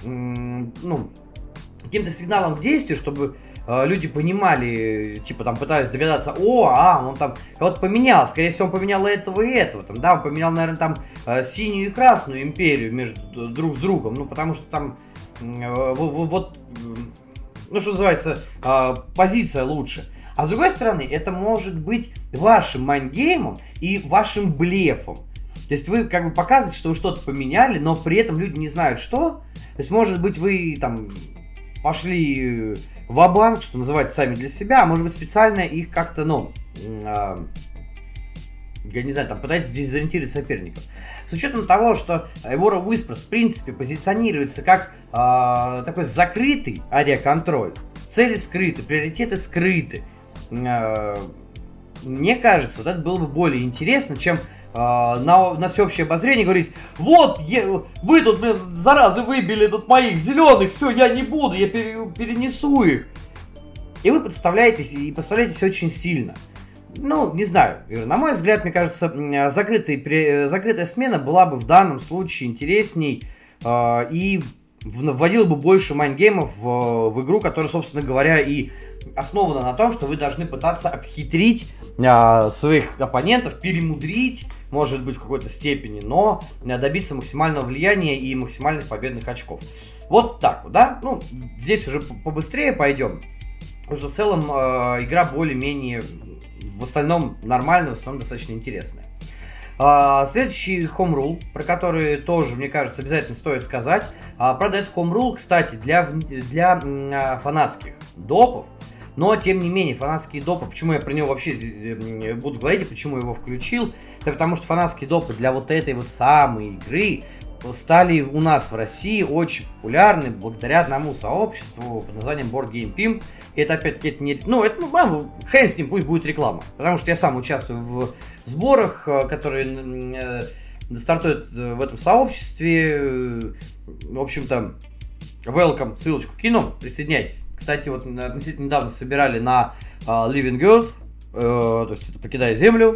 каким-то сигналом к действию, чтобы люди понимали, типа там пытались догадаться, он там кого-то поменял, скорее всего, он поменял этого и этого, там, да, он поменял, наверное, там синюю и красную империю между друг с другом, ну, потому что там вот, что называется, позиция лучше. А с другой стороны, это может быть вашим майндгеймом и вашим блефом. То есть вы как бы показываете, что вы что-то поменяли, но при этом люди не знают, что. То есть, может быть, вы там пошли ва-банк, что называется, сами для себя, а может быть, специально их как-то, я не знаю, там пытаетесь дезориентировать соперников. С учетом того, что War of Whispers в принципе позиционируется как такой закрытый ариаконтроль, цели скрыты, приоритеты скрыты, мне кажется, вот это было бы более интересно, чем на всеобщее обозрение говорить, вот, вы тут, заразы, выбили тут моих зеленых, все, я не буду, я перенесу их. И вы подставляетесь очень сильно. Ну, не знаю, на мой взгляд, мне кажется, закрытая смена была бы в данном случае интересней и вводила бы больше майндгеймов в игру, которая, собственно говоря, и основана на том, что вы должны пытаться обхитрить своих оппонентов, перемудрить, может быть, в какой-то степени, но добиться максимального влияния и максимальных победных очков. Вот так вот, да? Ну, здесь уже побыстрее пойдем, потому что в целом игра более-менее в остальном нормальная, в основном достаточно интересная. Следующий Home Rule, про который тоже, мне кажется, обязательно стоит сказать. Правда, это Home Rule, кстати, для фанатских допов. Но, тем не менее, фанатские допы, почему я про него вообще буду говорить и почему я его включил, это потому что фанатские допы для вот этой вот самой игры стали у нас в России очень популярны благодаря одному сообществу под названием Board Game Pimp. И это опять-таки это не... хрен с ним, пусть будет реклама. Потому что я сам участвую в сборах, которые стартуют в этом сообществе. В общем-то, welcome, ссылочку кину, присоединяйтесь. Кстати, вот относительно недавно собирали на Living Earth, то есть это «Покидая Землю»,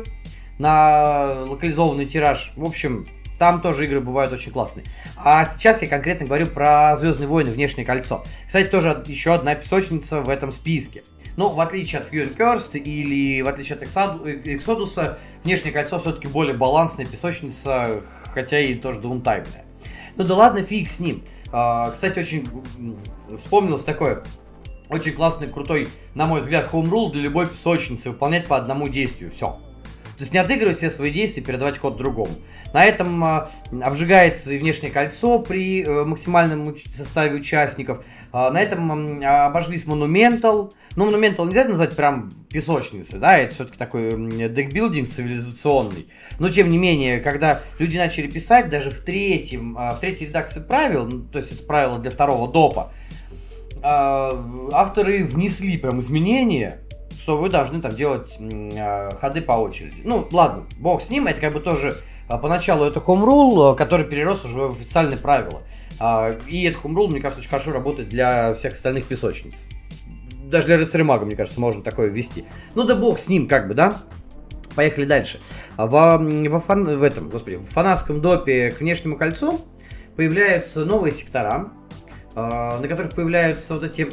на локализованный тираж. В общем, там тоже игры бывают очень классные. А сейчас я конкретно говорю про «Звездные войны. Внешнее кольцо». Кстати, тоже еще одна песочница в этом списке. Но в отличие от Few and Cursed или в отличие от Exodus, «Внешнее кольцо» все-таки более балансная песочница, хотя и тоже даунтаймная. Ну да ладно, фиг с ним. Кстати, очень вспомнилось такое очень классный, крутой, на мой взгляд, Home Rule для любой песочницы. Выполнять по одному действию. Все. То есть не отыгрывать все свои действия, передавать ход другому. На этом обжигается и внешнее кольцо при максимальном составе участников. На этом обожглись Monumental. Ну, Monumental нельзя назвать прям песочницей, да, это все-таки такой декбилдинг цивилизационный. Но, тем не менее, когда люди начали писать, даже в третьей редакции правил, то есть это правило для второго допа, авторы внесли прям изменения, что вы должны там делать ходы по очереди. Ну, ладно, бог с ним, это как бы тоже поначалу это home rule, который перерос уже в официальные правила. И этот home rule, мне кажется, очень хорошо работает для всех остальных песочниц. Даже для рыцаря мага, мне кажется, можно такое ввести. Ну да бог с ним, как бы, да? Поехали дальше. В фанатском допе к внешнему кольцу появляются новые сектора, на которых появляются вот эти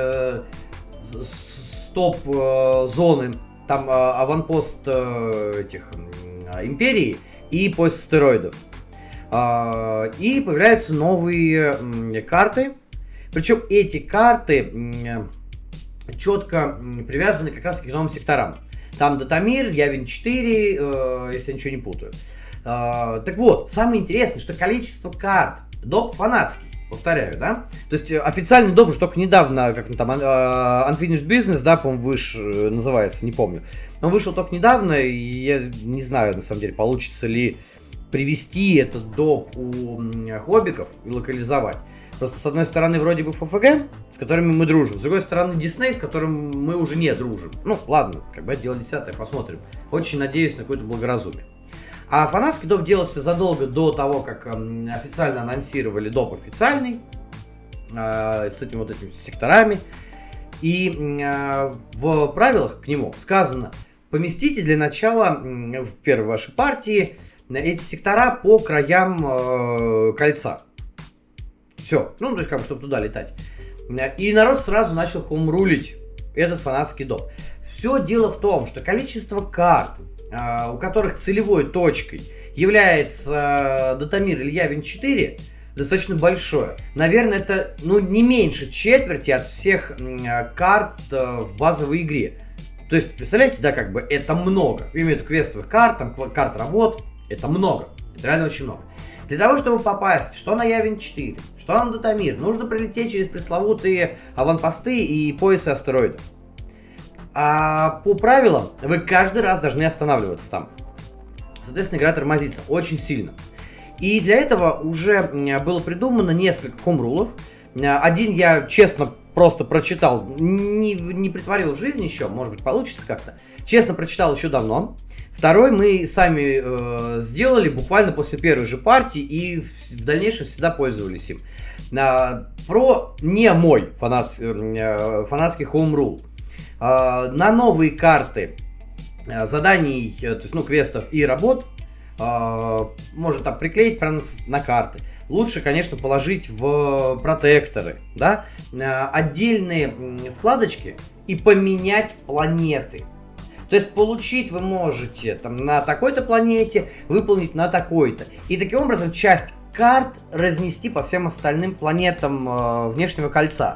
стоп-зоны, там аванпост этих империй и пояс астероидов. И появляются новые карты, причем эти карты четко привязаны как раз к новым секторам. Там Датамир, Явин 4, если я ничего не путаю. Так вот, самое интересное, что количество карт, доп фанатский, повторяю, да? То есть официальный доп уже только недавно, как там, Unfinished Business, да, по-моему, называется, не помню. Он вышел только недавно, и я не знаю, на самом деле, получится ли привести этот доп у хоббиков и локализовать. Просто с одной стороны вроде бы ФФГ, с которыми мы дружим, с другой стороны Дисней, с которым мы уже не дружим. Ну, ладно, как бы это дело 10-е, посмотрим. Очень надеюсь на какое-то благоразумие. А фанатский доп делался задолго до того, как официально анонсировали доп официальный, с этими вот этими секторами. И в правилах к нему сказано, поместите для начала в первой вашей партии эти сектора по краям кольца. Все, ну, то есть, как бы, чтобы туда летать. И народ сразу начал хомрулить этот фанатский доп. Все дело в том, что количество карт, у которых целевой точкой является Датамир или Явин 4, достаточно большое. Наверное, это, ну, не меньше четверти от всех карт в базовой игре. То есть, представляете, да, как бы, это много. Я имею в виду квестовых карт, там, карт работ, это много. Это реально очень много. Для того, чтобы попасть что на Явин 4, что на Датамир, нужно пролететь через пресловутые аванпосты и поясы астероидов. А по правилам вы каждый раз должны останавливаться там. Соответственно, игра тормозится очень сильно. И для этого уже было придумано несколько хомрулов. Один я, честно, просто прочитал, не притворил в жизнь еще, может быть, получится как-то. Честно, прочитал еще давно. Второй мы сами сделали буквально после первой же партии и в дальнейшем всегда пользовались им. Про не мой фанатский хоум-рул. На новые карты заданий, то есть, ну, квестов и работ можно там приклеить прямо на карты. Лучше, конечно, положить в протекторы, да, отдельные вкладочки и поменять планеты. То есть получить вы можете там на такой-то планете, выполнить на такой-то. И таким образом часть карт разнести по всем остальным планетам внешнего кольца.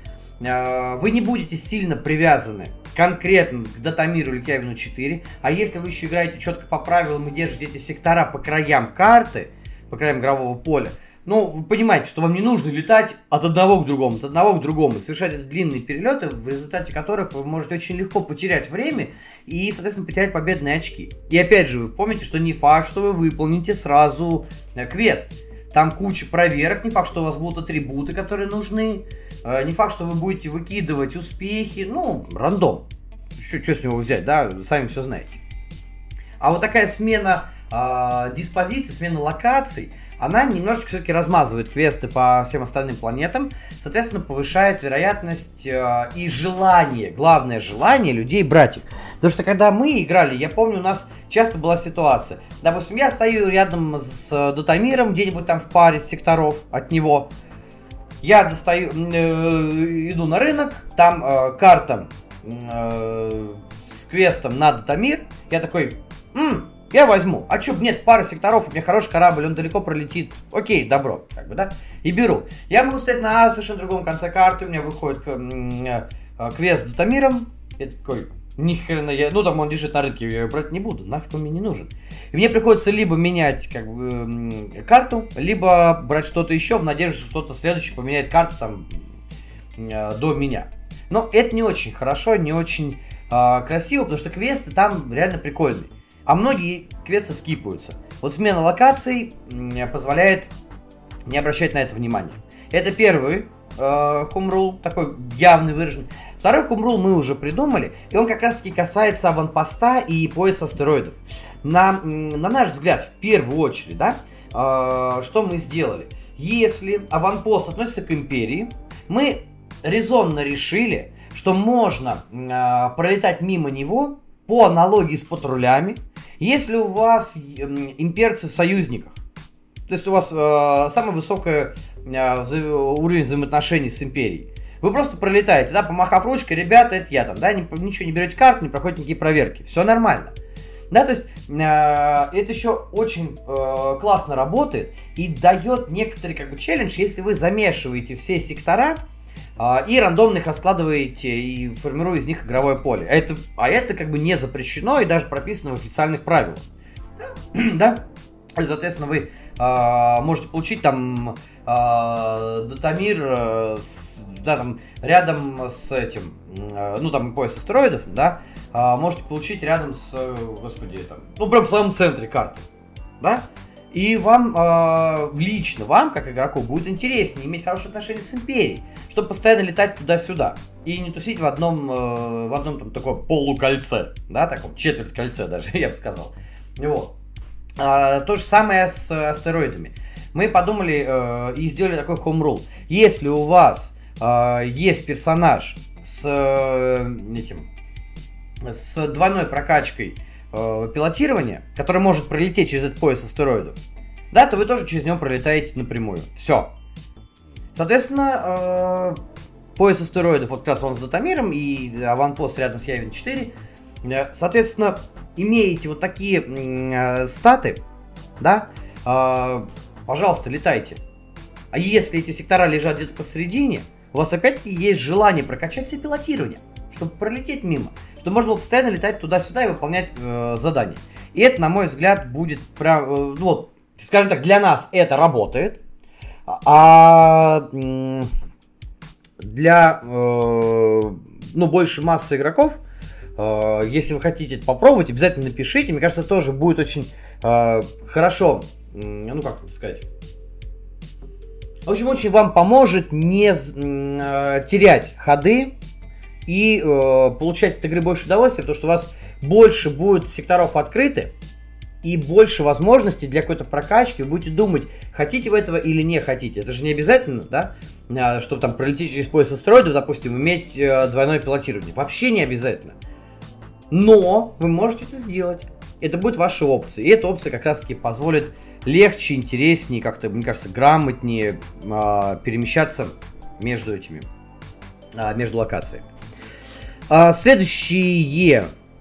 Вы не будете сильно привязаны конкретно к Датамиру или к Явину 4, а если вы еще играете четко по правилам и держите эти сектора по краям карты, по краям игрового поля, ну, вы понимаете, что вам не нужно летать от одного к другому, и совершать длинные перелеты, в результате которых вы можете очень легко потерять время и, соответственно, потерять победные очки. И опять же, вы помните, что не факт, что вы выполните сразу квест. Там куча проверок, не факт, что у вас будут атрибуты, которые нужны, не факт, что вы будете выкидывать успехи, ну, рандом. Что с него взять, да, вы сами все знаете. А вот такая смена диспозиций, смена локаций, она немножечко все-таки размазывает квесты по всем остальным планетам, соответственно, повышает вероятность и желание, главное желание людей брать их. Потому что когда мы играли, я помню, у нас часто была ситуация. Допустим, я стою рядом с Датамиром, где-нибудь там в паре секторов от него. Я иду на рынок, там карта с квестом на Датамир. Я такой, я возьму. А чё, нет, пара секторов, у меня хороший корабль, он далеко пролетит. Окей, добро, как бы, да, и беру. Я могу стоять на совершенно другом конце карты, у меня выходит квест с Датамиром. Я такой, нихрена, ну там он лежит на рынке, я его брать не буду, нафиг он мне не нужен. И мне приходится либо менять как бы карту, либо брать что-то еще в надежде, что кто-то следующий поменяет карту там до меня. Но это не очень хорошо, не очень красиво, потому что квесты там реально прикольные. А многие квесты скипаются. Вот смена локаций позволяет не обращать на это внимания. Это первый home rule, такой явный выраженный. Второй home rule мы уже придумали, и он как раз-таки касается аванпоста и пояса астероидов. На наш взгляд, в первую очередь, да, что мы сделали? Если аванпост относится к империи, мы резонно решили, что можно пролетать мимо него по аналогии с патрулями, если у вас имперцы в союзниках. То есть у вас самый высокий уровень взаимоотношений с империей. Вы просто пролетаете, да, помахав ручкой, ребята, это я там, да, ничего не берете карту, не проходите никакие проверки. Все нормально. Да, то есть это еще очень классно работает и дает некоторый как бы челлендж, если вы замешиваете все сектора и рандомно их раскладываете и формируя из них игровое поле. Это как бы не запрещено и даже прописано в официальных правилах. Да? И, соответственно, вы можете получить там датамир да, там, рядом с этим, ну там пояс астероидов, да, можете получить рядом с, господи, там, ну прям в самом центре карты, да, и вам, лично вам, как игроку, будет интереснее иметь хорошие отношения с империей, чтобы постоянно летать туда-сюда и не тусить в одном там таком полукольце, да, таком четверть кольце даже, я бы сказал, вот. То же самое с астероидами. Мы подумали и сделали такой home rule. Если у вас есть персонаж с двойной прокачкой пилотирования, который может пролететь через этот пояс астероидов, да, то вы тоже через него пролетаете напрямую. Все. Соответственно, пояс астероидов, вот как раз он с датамиром, и аванпост рядом с Явин 4. Соответственно, имеете вот такие статы, да, пожалуйста, летайте. А если эти сектора лежат где-то посередине, у вас опять-таки есть желание прокачать себе пилотирование, чтобы пролететь мимо, чтобы можно было постоянно летать туда-сюда и выполнять задания. И это, на мой взгляд, будет прям, вот, скажем так, для нас это работает, а для, большей массы игроков, если вы хотите это попробовать, обязательно напишите. Мне кажется, тоже будет очень хорошо, ну как это сказать. В общем, очень вам поможет не терять ходы и получать от игры больше удовольствия, потому что у вас больше будет секторов открыты и больше возможностей для какой-то прокачки. Вы будете думать, хотите вы этого или не хотите. Это же не обязательно, да, чтобы там пролететь через пояс астероидов, допустим, иметь двойное пилотирование. Вообще не обязательно. Но вы можете это сделать. Это будет ваша опция. И эта опция как раз-таки позволит легче, интереснее, как-то, мне кажется, грамотнее перемещаться между между локациями. Следующий,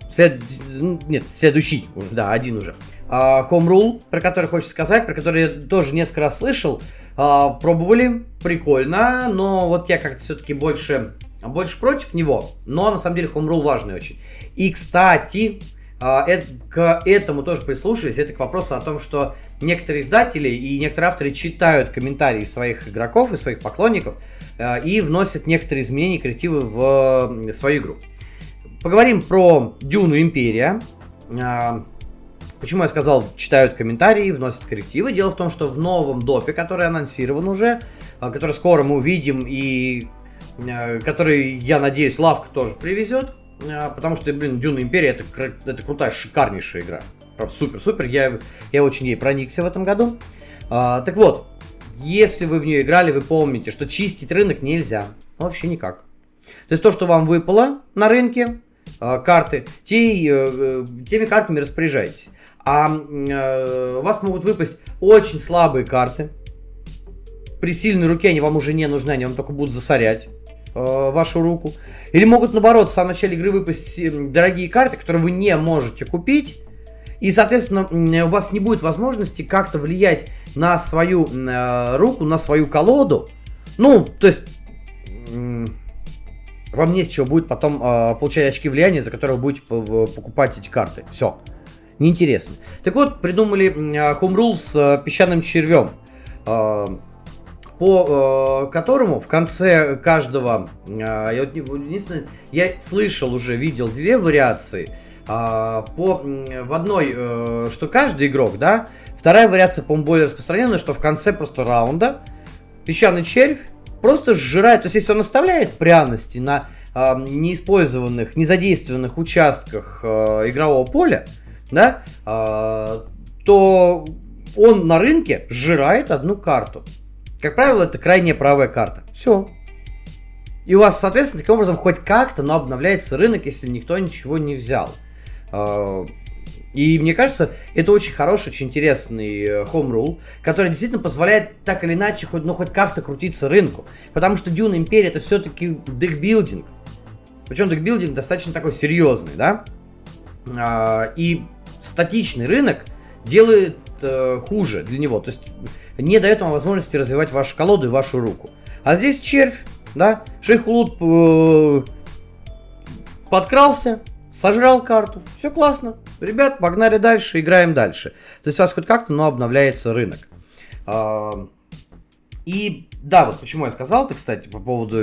да, один уже. Home Rule, про который хочется сказать, про который я тоже несколько раз слышал. Пробовали, прикольно, но вот я как-то все-таки больше против него, но на самом деле Home Rule важный очень. И, кстати, к этому тоже прислушались. Это к вопросу о том, что некоторые издатели и некоторые авторы читают комментарии своих игроков и своих поклонников и вносят некоторые изменения и коррективы в свою игру. Поговорим про Дюну Империя. Почему я сказал, читают комментарии, вносят коррективы? Дело в том, что в новом допе, который анонсирован уже, который скоро мы увидим и который, я надеюсь, Лавка тоже привезет, потому что, Дюна Империя это крутая, шикарнейшая игра. Правда, супер, я очень ей проникся в этом году. Так вот, если вы в нее играли, вы помните, что чистить рынок нельзя. Вообще никак. То есть то, что вам выпало на рынке, карты, теми картами распоряжайтесь. А у вас могут выпасть очень слабые карты. При сильной руке они вам уже не нужны, они вам только будут засорять вашу руку. Или могут, наоборот, в самом начале игры выпасть дорогие карты, которые вы не можете купить. И, соответственно, у вас не будет возможности как-то влиять на свою руку, на свою колоду. Ну, то есть, вам не с чего будет потом получать очки влияния, за которые вы будете покупать эти карты. Все. Неинтересно. Так вот, придумали Home Rule с песчаным червем, по которому в конце каждого, я слышал уже, видел две вариации, в одной, что каждый игрок, да, вторая вариация, по-моему, более распространенная, что в конце просто раунда песчаный червь просто сжирает, то есть если он оставляет пряности на неиспользованных, незадействованных участках игрового поля, да, то он на рынке сжирает одну карту. Как правило, это крайняя правая карта. Все. И у вас, соответственно, таким образом хоть как-то, но обновляется рынок, если никто ничего не взял. И мне кажется, это очень хороший, очень интересный home rule, который действительно позволяет так или иначе хоть как-то крутиться рынку. Потому что Dune Империя это все-таки декбилдинг. Причем декбилдинг достаточно такой серьезный, да? И статичный рынок делает хуже для него. То есть не дает вам возможности развивать вашу колоду и вашу руку. А здесь червь, да? Шейх-Улуд подкрался, сожрал карту. Все классно. Ребят, погнали дальше, играем дальше. То есть у вас хоть как-то, но обновляется рынок. И да, вот почему я сказал это, кстати, по поводу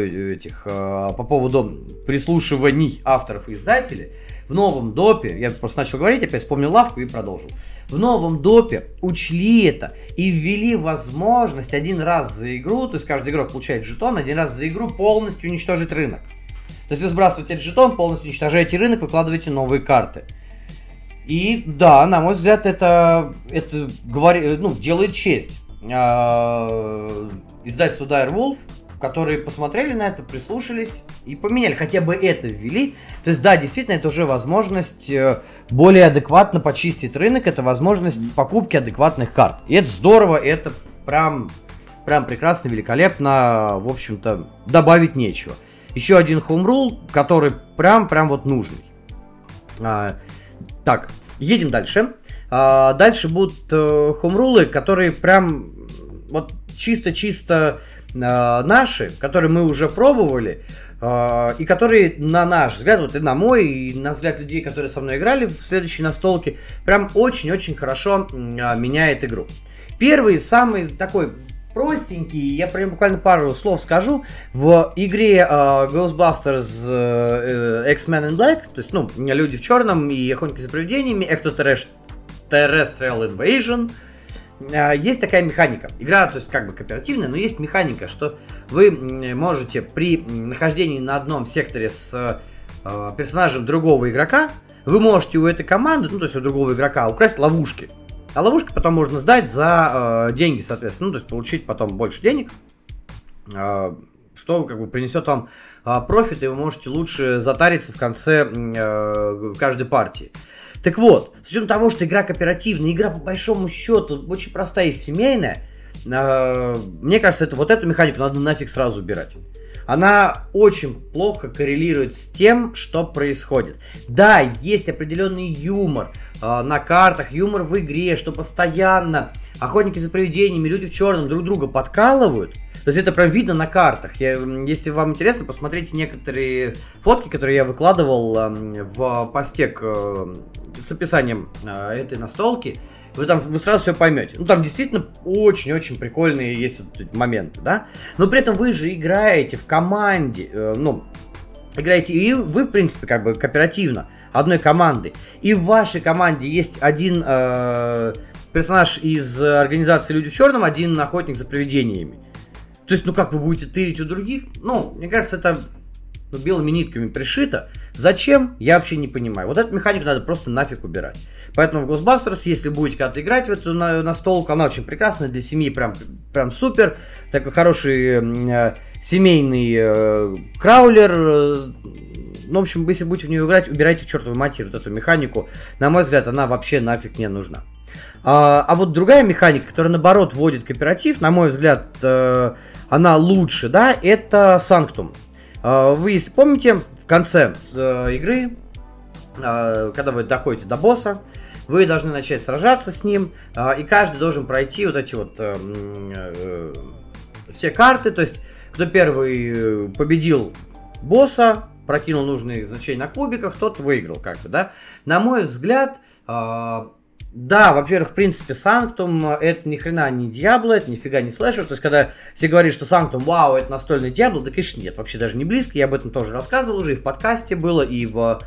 прислушиваний авторов и издателей. В новом допе, я просто начал говорить, опять вспомнил лавку и продолжил. В новом допе учли это и ввели возможность один раз за игру, то есть каждый игрок получает жетон, один раз за игру полностью уничтожить рынок. То есть вы сбрасываете этот жетон, полностью уничтожаете рынок, выкладываете новые карты. И да, на мой взгляд, это делает честь издательству Dire Wolf, которые посмотрели на это, прислушались и поменяли, хотя бы это ввели. То есть да, действительно, это уже возможность более адекватно почистить рынок, это возможность покупки адекватных карт. И это здорово, это прям прекрасно, великолепно, в общем-то, добавить нечего. Еще один home rule, который прям вот нужный. Так, едем дальше. Дальше будут хоумрулы, которые прям вот чисто наши, которые мы уже пробовали, и которые, на наш взгляд, вот и на мой, и на взгляд людей, которые со мной играли в следующей настолке, прям очень-очень хорошо меняет игру. Первый, самый такой простенький, я прям буквально пару слов скажу. В игре Ghostbusters X-Men in Black, то есть, Люди в черном и Охотники за привидениями, Extraterrestrial Invasion, есть такая механика. Игра, то есть, как бы кооперативная, но есть механика, что вы можете при нахождении на одном секторе с персонажем другого игрока, вы можете у этой команды, то есть у другого игрока, украсть ловушки. А ловушки потом можно сдать за деньги, соответственно. То есть получить потом больше денег, что как бы принесет вам профит, и вы можете лучше затариться в конце каждой партии. Так вот, с учетом того, что игра кооперативная, игра по большому счету очень простая и семейная, мне кажется, эту механику надо нафиг сразу убирать. Она очень плохо коррелирует с тем, что происходит. Да, есть определенный юмор на картах, юмор в игре, что постоянно охотники за привидениями, люди в черном друг друга подкалывают. То есть это прям видно на картах. Если вам интересно, посмотрите некоторые фотки, которые я выкладывал в посте с описанием этой настолки. Вы сразу все поймете. Там действительно очень-очень прикольные есть вот моменты, да. Но при этом вы же играете в команде, играете и вы, в принципе, как бы кооперативно, одной командой. И в вашей команде есть один персонаж из организации Люди в черном, один охотник за привидениями. То есть, как вы будете тырить у других? Мне кажется, это белыми нитками пришито. Зачем? Я вообще не понимаю. Вот эту механику надо просто нафиг убирать. Поэтому в Ghostbusters, если будете когда-то играть в эту настолку, она очень прекрасная, для семьи прям супер. Такой хороший семейный краулер. В общем, если будете в нее играть, убирайте к чертовой матери вот эту механику. На мой взгляд, она вообще нафиг не нужна. А вот другая механика, которая наоборот вводит кооператив, на мой взгляд, она лучше, да, это Sanctum. Вы, если помните, в конце игры, когда вы доходите до босса, вы должны начать сражаться с ним, и каждый должен пройти вот эти вот все карты, то есть кто первый победил босса, прокинул нужные значения на кубиках, тот выиграл, как бы, да. На мой взгляд, да, во-первых, в принципе, Sanctum это ни хрена не Diablo, это нифига не слэшер. То есть, когда все говорят, что Sanctum, вау, это настольный Diablo, да, конечно, нет, вообще даже не близко. Я об этом тоже рассказывал уже, и в подкасте было, и в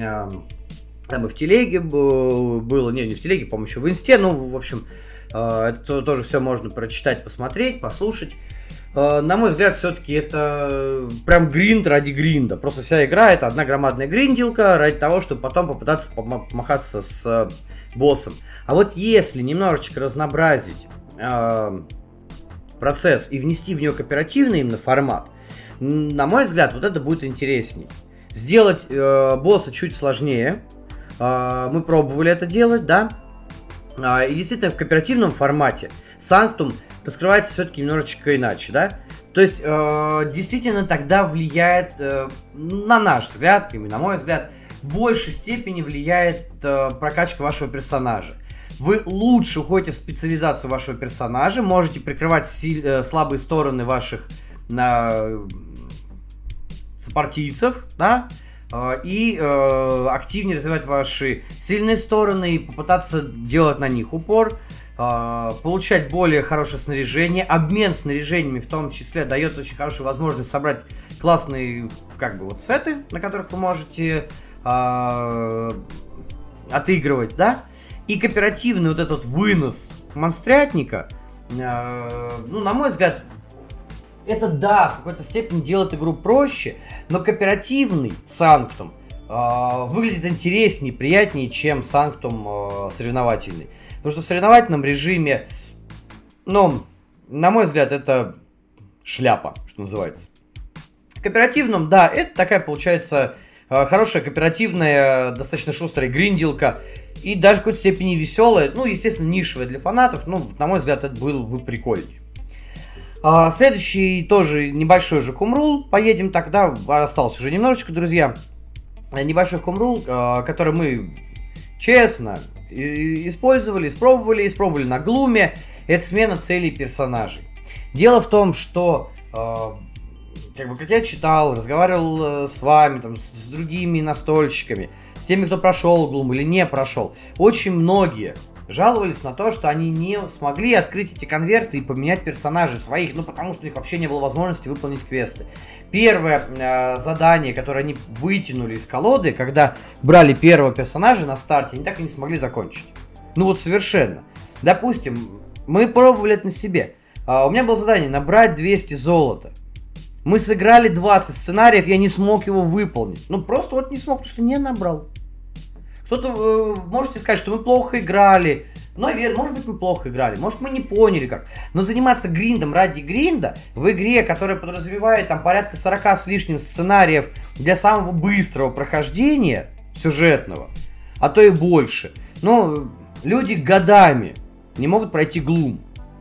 телеге было, не в телеге, по-моему, еще в инсте. В общем, это тоже все можно прочитать, посмотреть, послушать. На мой взгляд, все-таки это прям гринд ради гринда. Просто вся игра это одна громадная гриндилка ради того, чтобы потом попытаться помахаться с боссом. А вот если немножечко разнообразить процесс и внести в него кооперативный именно формат, на мой взгляд, вот это будет интересней. Сделать босса чуть сложнее. Мы пробовали это делать, да. И действительно в кооперативном формате Sanctum раскрывается все-таки немножечко иначе, да? То есть, действительно тогда влияет, на наш взгляд, именно на мой взгляд, в большей степени влияет прокачка вашего персонажа. Вы лучше уходите в специализацию вашего персонажа, можете прикрывать слабые стороны ваших сопартийцев, да? И активнее развивать ваши сильные стороны и попытаться делать на них упор. Получать более хорошее снаряжение. Обмен снаряжениями в том числе дает очень хорошую возможность собрать классные сеты, на которых вы можете отыгрывать, да? И кооперативный вот этот вынос монстрятника, на мой взгляд, это да, в какой-то степени делает игру проще, но кооперативный Sanctum выглядит интереснее, приятнее, чем Sanctum соревновательный. Потому что в соревновательном режиме, на мой взгляд, это шляпа, что называется. В кооперативном, да, это такая получается хорошая кооперативная, достаточно шустрая гриндилка. И даже в какой-то степени веселая, естественно, нишевая для фанатов. На мой взгляд, это было бы прикольнее. Следующий тоже небольшой же Homerule. Поедем тогда, осталось уже немножечко, друзья. Небольшой Homerule, который мы честно испробовали на глуме. Это смена целей персонажей. Дело в том, что, как я читал, разговаривал с вами, с другими настольщиками, с теми, кто прошел глум или не прошел, очень многие жаловались на то, что они не смогли открыть эти конверты и поменять персонажей своих, потому что у них вообще не было возможности выполнить квесты. Первое задание, которое они вытянули из колоды, когда брали первого персонажа на старте, они так и не смогли закончить. Совершенно. Допустим, мы пробовали это на себе. У меня было задание набрать 200 золота. Мы сыграли 20 сценариев, я не смог его выполнить. Просто не смог, потому что не набрал. Кто-то можете сказать, что мы плохо играли. Может быть, мы плохо играли, может, мы не поняли как. Но заниматься гриндом ради гринда в игре, которая подразумевает порядка 40 с лишним сценариев для самого быстрого прохождения сюжетного, а то и больше. Люди годами не могут пройти глум.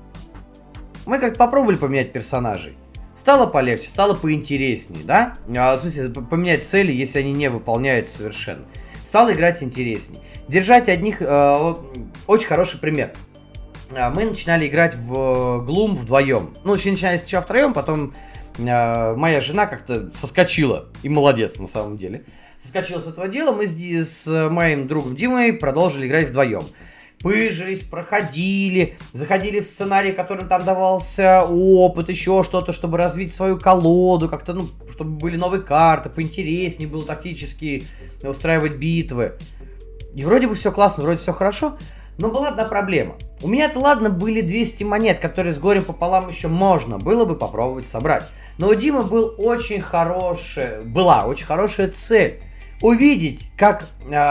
Мы попробовали поменять персонажей. Стало полегче, стало поинтереснее, да? В смысле, поменять цели, если они не выполняются совершенно. Стало играть интереснее. Держать одних... очень хороший пример. Мы начинали играть в Gloom вдвоем. Начинали сначала втроем, потом моя жена как-то соскочила. И молодец, на самом деле. Соскочила с этого дела. Мы с моим другом Димой продолжили играть вдвоем. Пыжились, проходили, заходили в сценарий, которым там давался опыт, еще что-то, чтобы развить свою колоду, как-то, чтобы были новые карты, поинтереснее было тактически устраивать битвы. И вроде бы все классно, вроде все хорошо, но была одна проблема. У меня-то, ладно, были 200 монет, которые с горем пополам еще можно было бы попробовать собрать. Но у Димы была очень хорошая цель увидеть, как...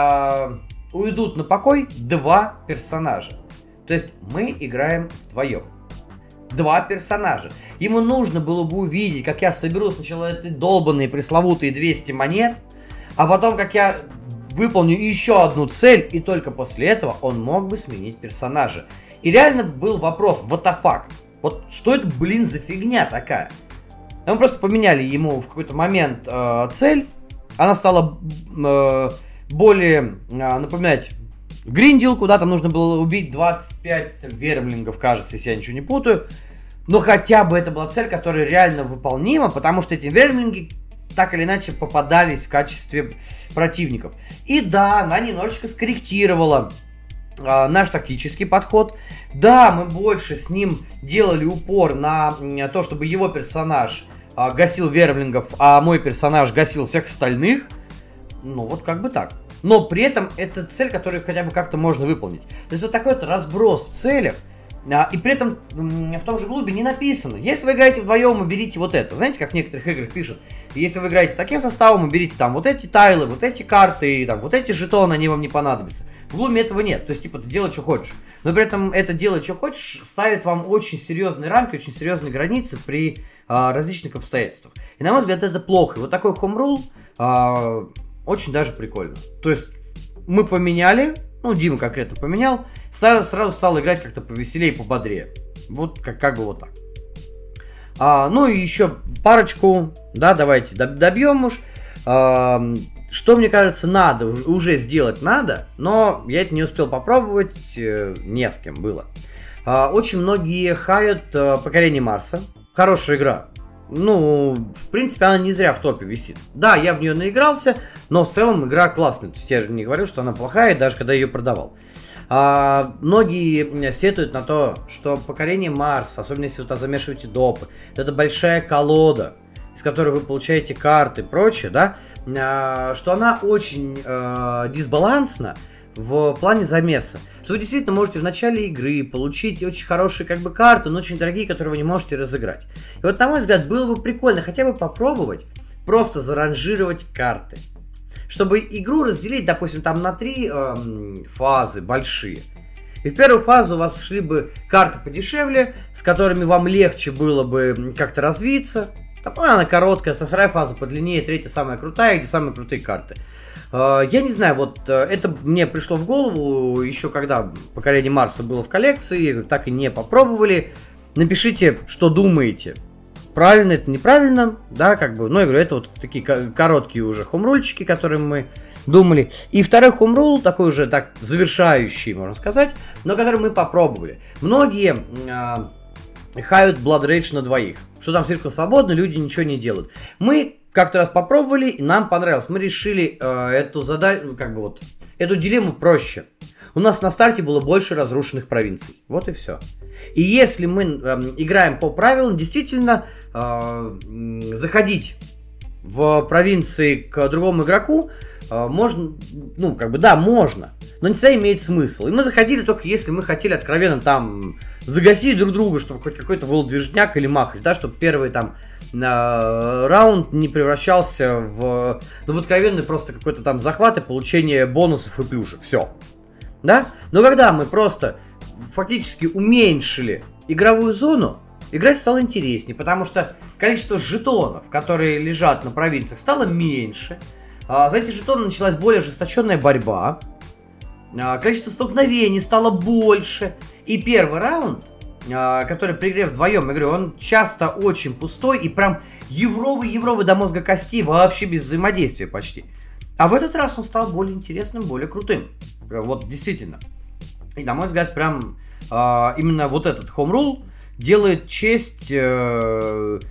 уйдут на покой 2 персонажа. То есть мы играем вдвоем. 2 персонажа. Ему нужно было бы увидеть, как я соберу сначала эти долбанные пресловутые 200 монет, а потом как я выполню еще одну цель, и только после этого он мог бы сменить персонажа. И реально был вопрос, what the fuck? Вот что это, за фигня такая? Мы просто поменяли ему в какой-то момент цель. Она стала... более напоминать гриндилку, да, там нужно было убить 25 вермлингов, кажется, если я ничего не путаю. Но хотя бы это была цель, которая реально выполнима, потому что эти вермлинги так или иначе попадались в качестве противников. И да, она немножечко скорректировала наш тактический подход. Да, мы больше с ним делали упор на то, чтобы его персонаж гасил вермлингов, а мой персонаж гасил всех остальных. Так. Но при этом это цель, которую хотя бы как-то можно выполнить. То есть вот такой вот разброс в целях И при этом в том же клубе не написано, если вы играете вдвоем, уберите вот это. Знаете, как в некоторых играх пишут, если вы играете таким составом, уберите там вот эти тайлы, вот эти карты, там, вот эти жетоны, они вам не понадобятся. В клубе этого нет, то есть типа ты делай, что хочешь. Но при этом это делай, что хочешь, ставит вам очень серьезные рамки, очень серьезные границы при различных обстоятельствах. И на мой взгляд это плохо. И вот такой home rule очень даже прикольно. То есть мы поменяли, Дима конкретно поменял, сразу стал играть как-то повеселее и пободрее. Вот как бы вот так. И еще парочку, да, давайте добьем уж. Что, мне кажется, надо, уже сделать надо, но я это не успел попробовать, не с кем было. Очень многие хают «Покорение Марса». Хорошая игра. В принципе, она не зря в топе висит. Да, я в нее наигрался, но в целом игра классная. То есть я не говорю, что она плохая, даже когда ее продавал. Многие сетуют на то, что «Покорение Марса», особенно если вы туда замешиваете допы, это большая колода, из которой вы получаете карты и прочее, да, что она очень дисбалансна в плане замеса. Что вы действительно можете в начале игры получить очень хорошие карты, но очень дорогие, которые вы не можете разыграть. И вот, на мой взгляд, было бы прикольно хотя бы попробовать просто заранжировать карты. Чтобы игру разделить, допустим, там на 3 фазы большие. И в первую фазу у вас шли бы карты подешевле, с которыми вам легче было бы как-то развиться. Она короткая, вторая фаза подлиннее, третья самая крутая, где самые крутые карты. Я не знаю, вот это мне пришло в голову еще когда «Покорение Марса» было в коллекции, так и не попробовали. Напишите, что думаете. Правильно это, неправильно, да, я говорю, это вот такие короткие уже хомрульчики, которые мы думали. И второй хомрул, такой уже так завершающий, можно сказать, но который мы попробовали. Многие хают Blood Rage на двоих, что там слишком свободно, люди ничего не делают. Мы как-то раз попробовали, и нам понравилось. Мы решили эту задачу, эту дилемму проще. У нас на старте было больше разрушенных провинций. Вот и все. И если мы играем по правилам, действительно заходить в провинции к другому игроку можно, можно, но не всегда имеет смысл. И мы заходили только если мы хотели откровенно там загасить друг друга, чтобы хоть какой-то был движняк или махач, да, чтобы первый там раунд не превращался в откровенный просто какой-то там захват и получение бонусов и плюшек. Все. Да? Но когда мы просто фактически уменьшили игровую зону, играть стало интереснее, потому что количество жетонов, которые лежат на провинциях, стало меньше. За эти жетоны началась более ожесточенная борьба. Количество столкновений стало больше. И первый раунд, который при игре вдвоем, я говорю, он часто очень пустой и прям евровый до мозга костей, вообще без взаимодействия почти. А в этот раз он стал более интересным, более крутым. Прям вот действительно. И на мой взгляд, прям именно вот этот home rule делает честь, как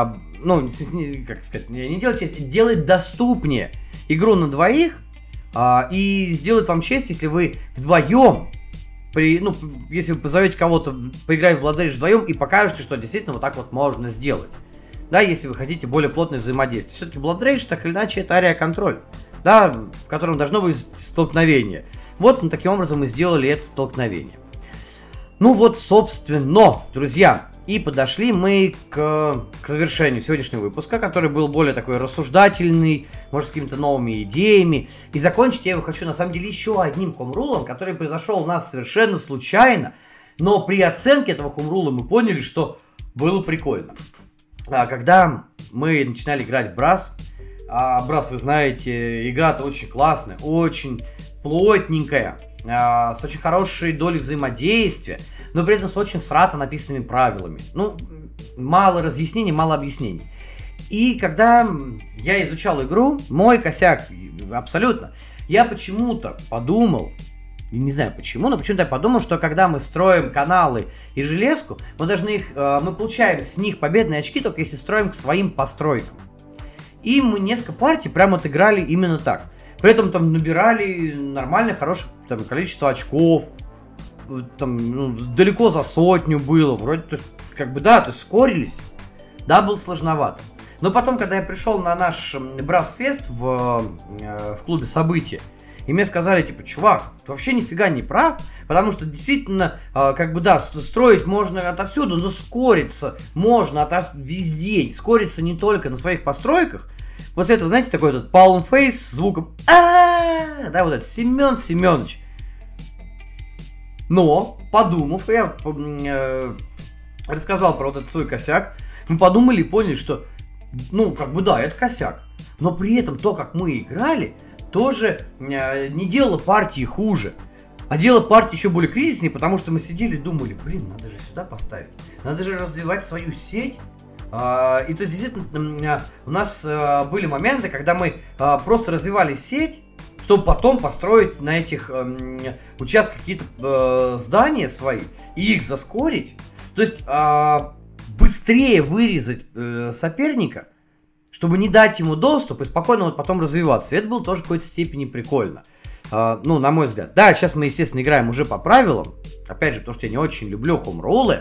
сказать, не делает честь, делает доступнее игру на двоих, и сделает вам честь, если вы вдвоем, если вы позовете кого-то поиграть в Blood Rage вдвоем и покажете, что действительно вот так вот можно сделать. Да, если вы хотите более плотное взаимодействие. Все-таки Blood Rage, так или иначе, это ариа-контроль, да, в котором должно быть столкновение. Вот таким образом мы сделали это столкновение. Собственно, друзья, и подошли мы к завершению сегодняшнего выпуска, который был более такой рассуждательный, может, с какими-то новыми идеями. И закончить я его хочу, на самом деле, еще одним хомрулом, который произошел у нас совершенно случайно, но при оценке этого хомрула мы поняли, что было прикольно. Когда мы начинали играть в Брас, Брас, вы знаете, игра-то очень классная, очень плотненькая, с очень хорошей долей взаимодействия, но при этом с очень срато написанными правилами. Мало разъяснений, мало объяснений. И когда я изучал игру, мой косяк абсолютно, я почему-то подумал, не знаю почему, но почему-то я подумал, что когда мы строим каналы и железку, мы получаем с них победные очки, только если строим к своим постройкам. И мы несколько партий прям отыграли именно так. При этом там набирали нормальное, хорошее количество очков. Далеко за 100 было. Вроде, то есть скорились. Да, было сложновато. Но потом, когда я пришел на наш Брас-фест в клубе события, И мне сказали, типа, чувак, ты вообще нифига не прав, потому что действительно, строить можно отовсюду, но скориться можно везде. Скориться не только на своих постройках. После этого, знаете, такой этот palm face с звуком да, вот это Семен Семенович. Но, подумав, я рассказал про вот этот свой косяк, мы подумали и поняли, что, это косяк. Но при этом то, как мы играли, тоже не делало партии хуже, а делало партии еще более кризиснее, потому что мы сидели и думали, надо же сюда поставить, надо же развивать свою сеть. И то есть, действительно, у нас были моменты, когда мы просто развивали сеть, чтобы потом построить на этих участках какие-то здания свои и их заскорить. То есть, быстрее вырезать соперника, чтобы не дать ему доступ и спокойно потом развиваться. И это было тоже в какой-то степени прикольно. На мой взгляд. Да, сейчас мы, естественно, играем уже по правилам. Опять же, потому что я не очень люблю хоум-рулы.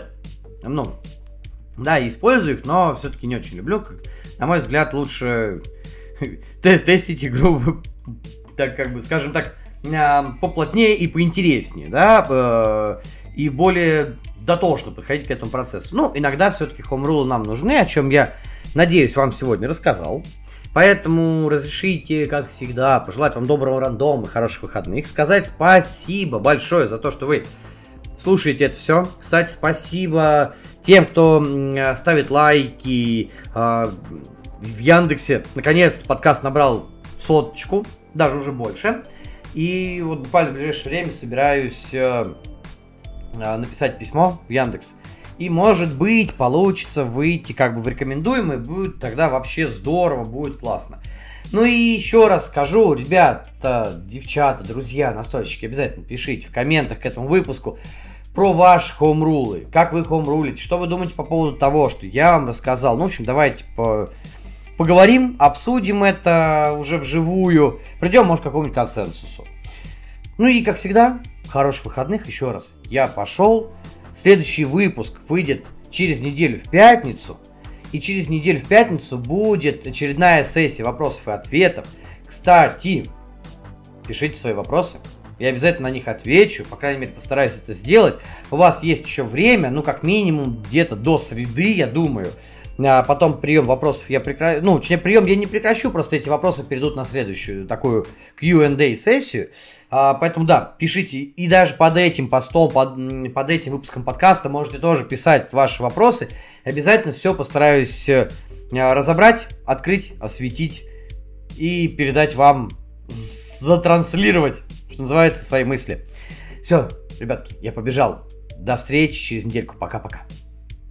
Да, использую их, но все-таки не очень люблю. На мой взгляд, лучше тестить игру, так скажем так, поплотнее и поинтереснее, да, и более дотошно подходить к этому процессу. Иногда все-таки хоум-рулы нам нужны, о чем я, надеюсь, вам сегодня рассказал. Поэтому разрешите, как всегда, пожелать вам доброго рандома, хороших выходных, сказать спасибо большое за то, что вы слушаете это все. Кстати, спасибо тем, кто ставит лайки в Яндексе. Наконец-то подкаст набрал 100, даже уже больше. И вот буквально в ближайшее время собираюсь написать письмо в Яндекс. И, может быть, получится выйти в рекомендуемый. Будет тогда вообще здорово, будет классно. И еще раз скажу, ребята, девчата, друзья, настольщики, обязательно пишите в комментах к этому выпуску про ваши хоум-рулы. Как вы хоум-рулите, что вы думаете по поводу того, что я вам рассказал. В общем, давайте поговорим, обсудим это уже вживую. Придем, может, к какому-нибудь консенсусу. И, как всегда, хороших выходных еще раз. Я пошел. Следующий выпуск выйдет через неделю в пятницу. И через неделю в пятницу будет очередная сессия вопросов и ответов. Кстати, пишите свои вопросы. Я обязательно на них отвечу. По крайней мере, постараюсь это сделать. У вас есть еще время, как минимум где-то до среды, я думаю. Потом прием вопросов я прекращу. Прием я не прекращу, просто эти вопросы перейдут на следующую такую Q&A сессию. Поэтому да, пишите. И даже под этим постом, под этим выпуском подкаста можете тоже писать ваши вопросы. Обязательно все постараюсь разобрать, открыть, осветить и передать вам, затранслировать, что называется, свои мысли. Все, ребятки, я побежал. До встречи через недельку. Пока-пока.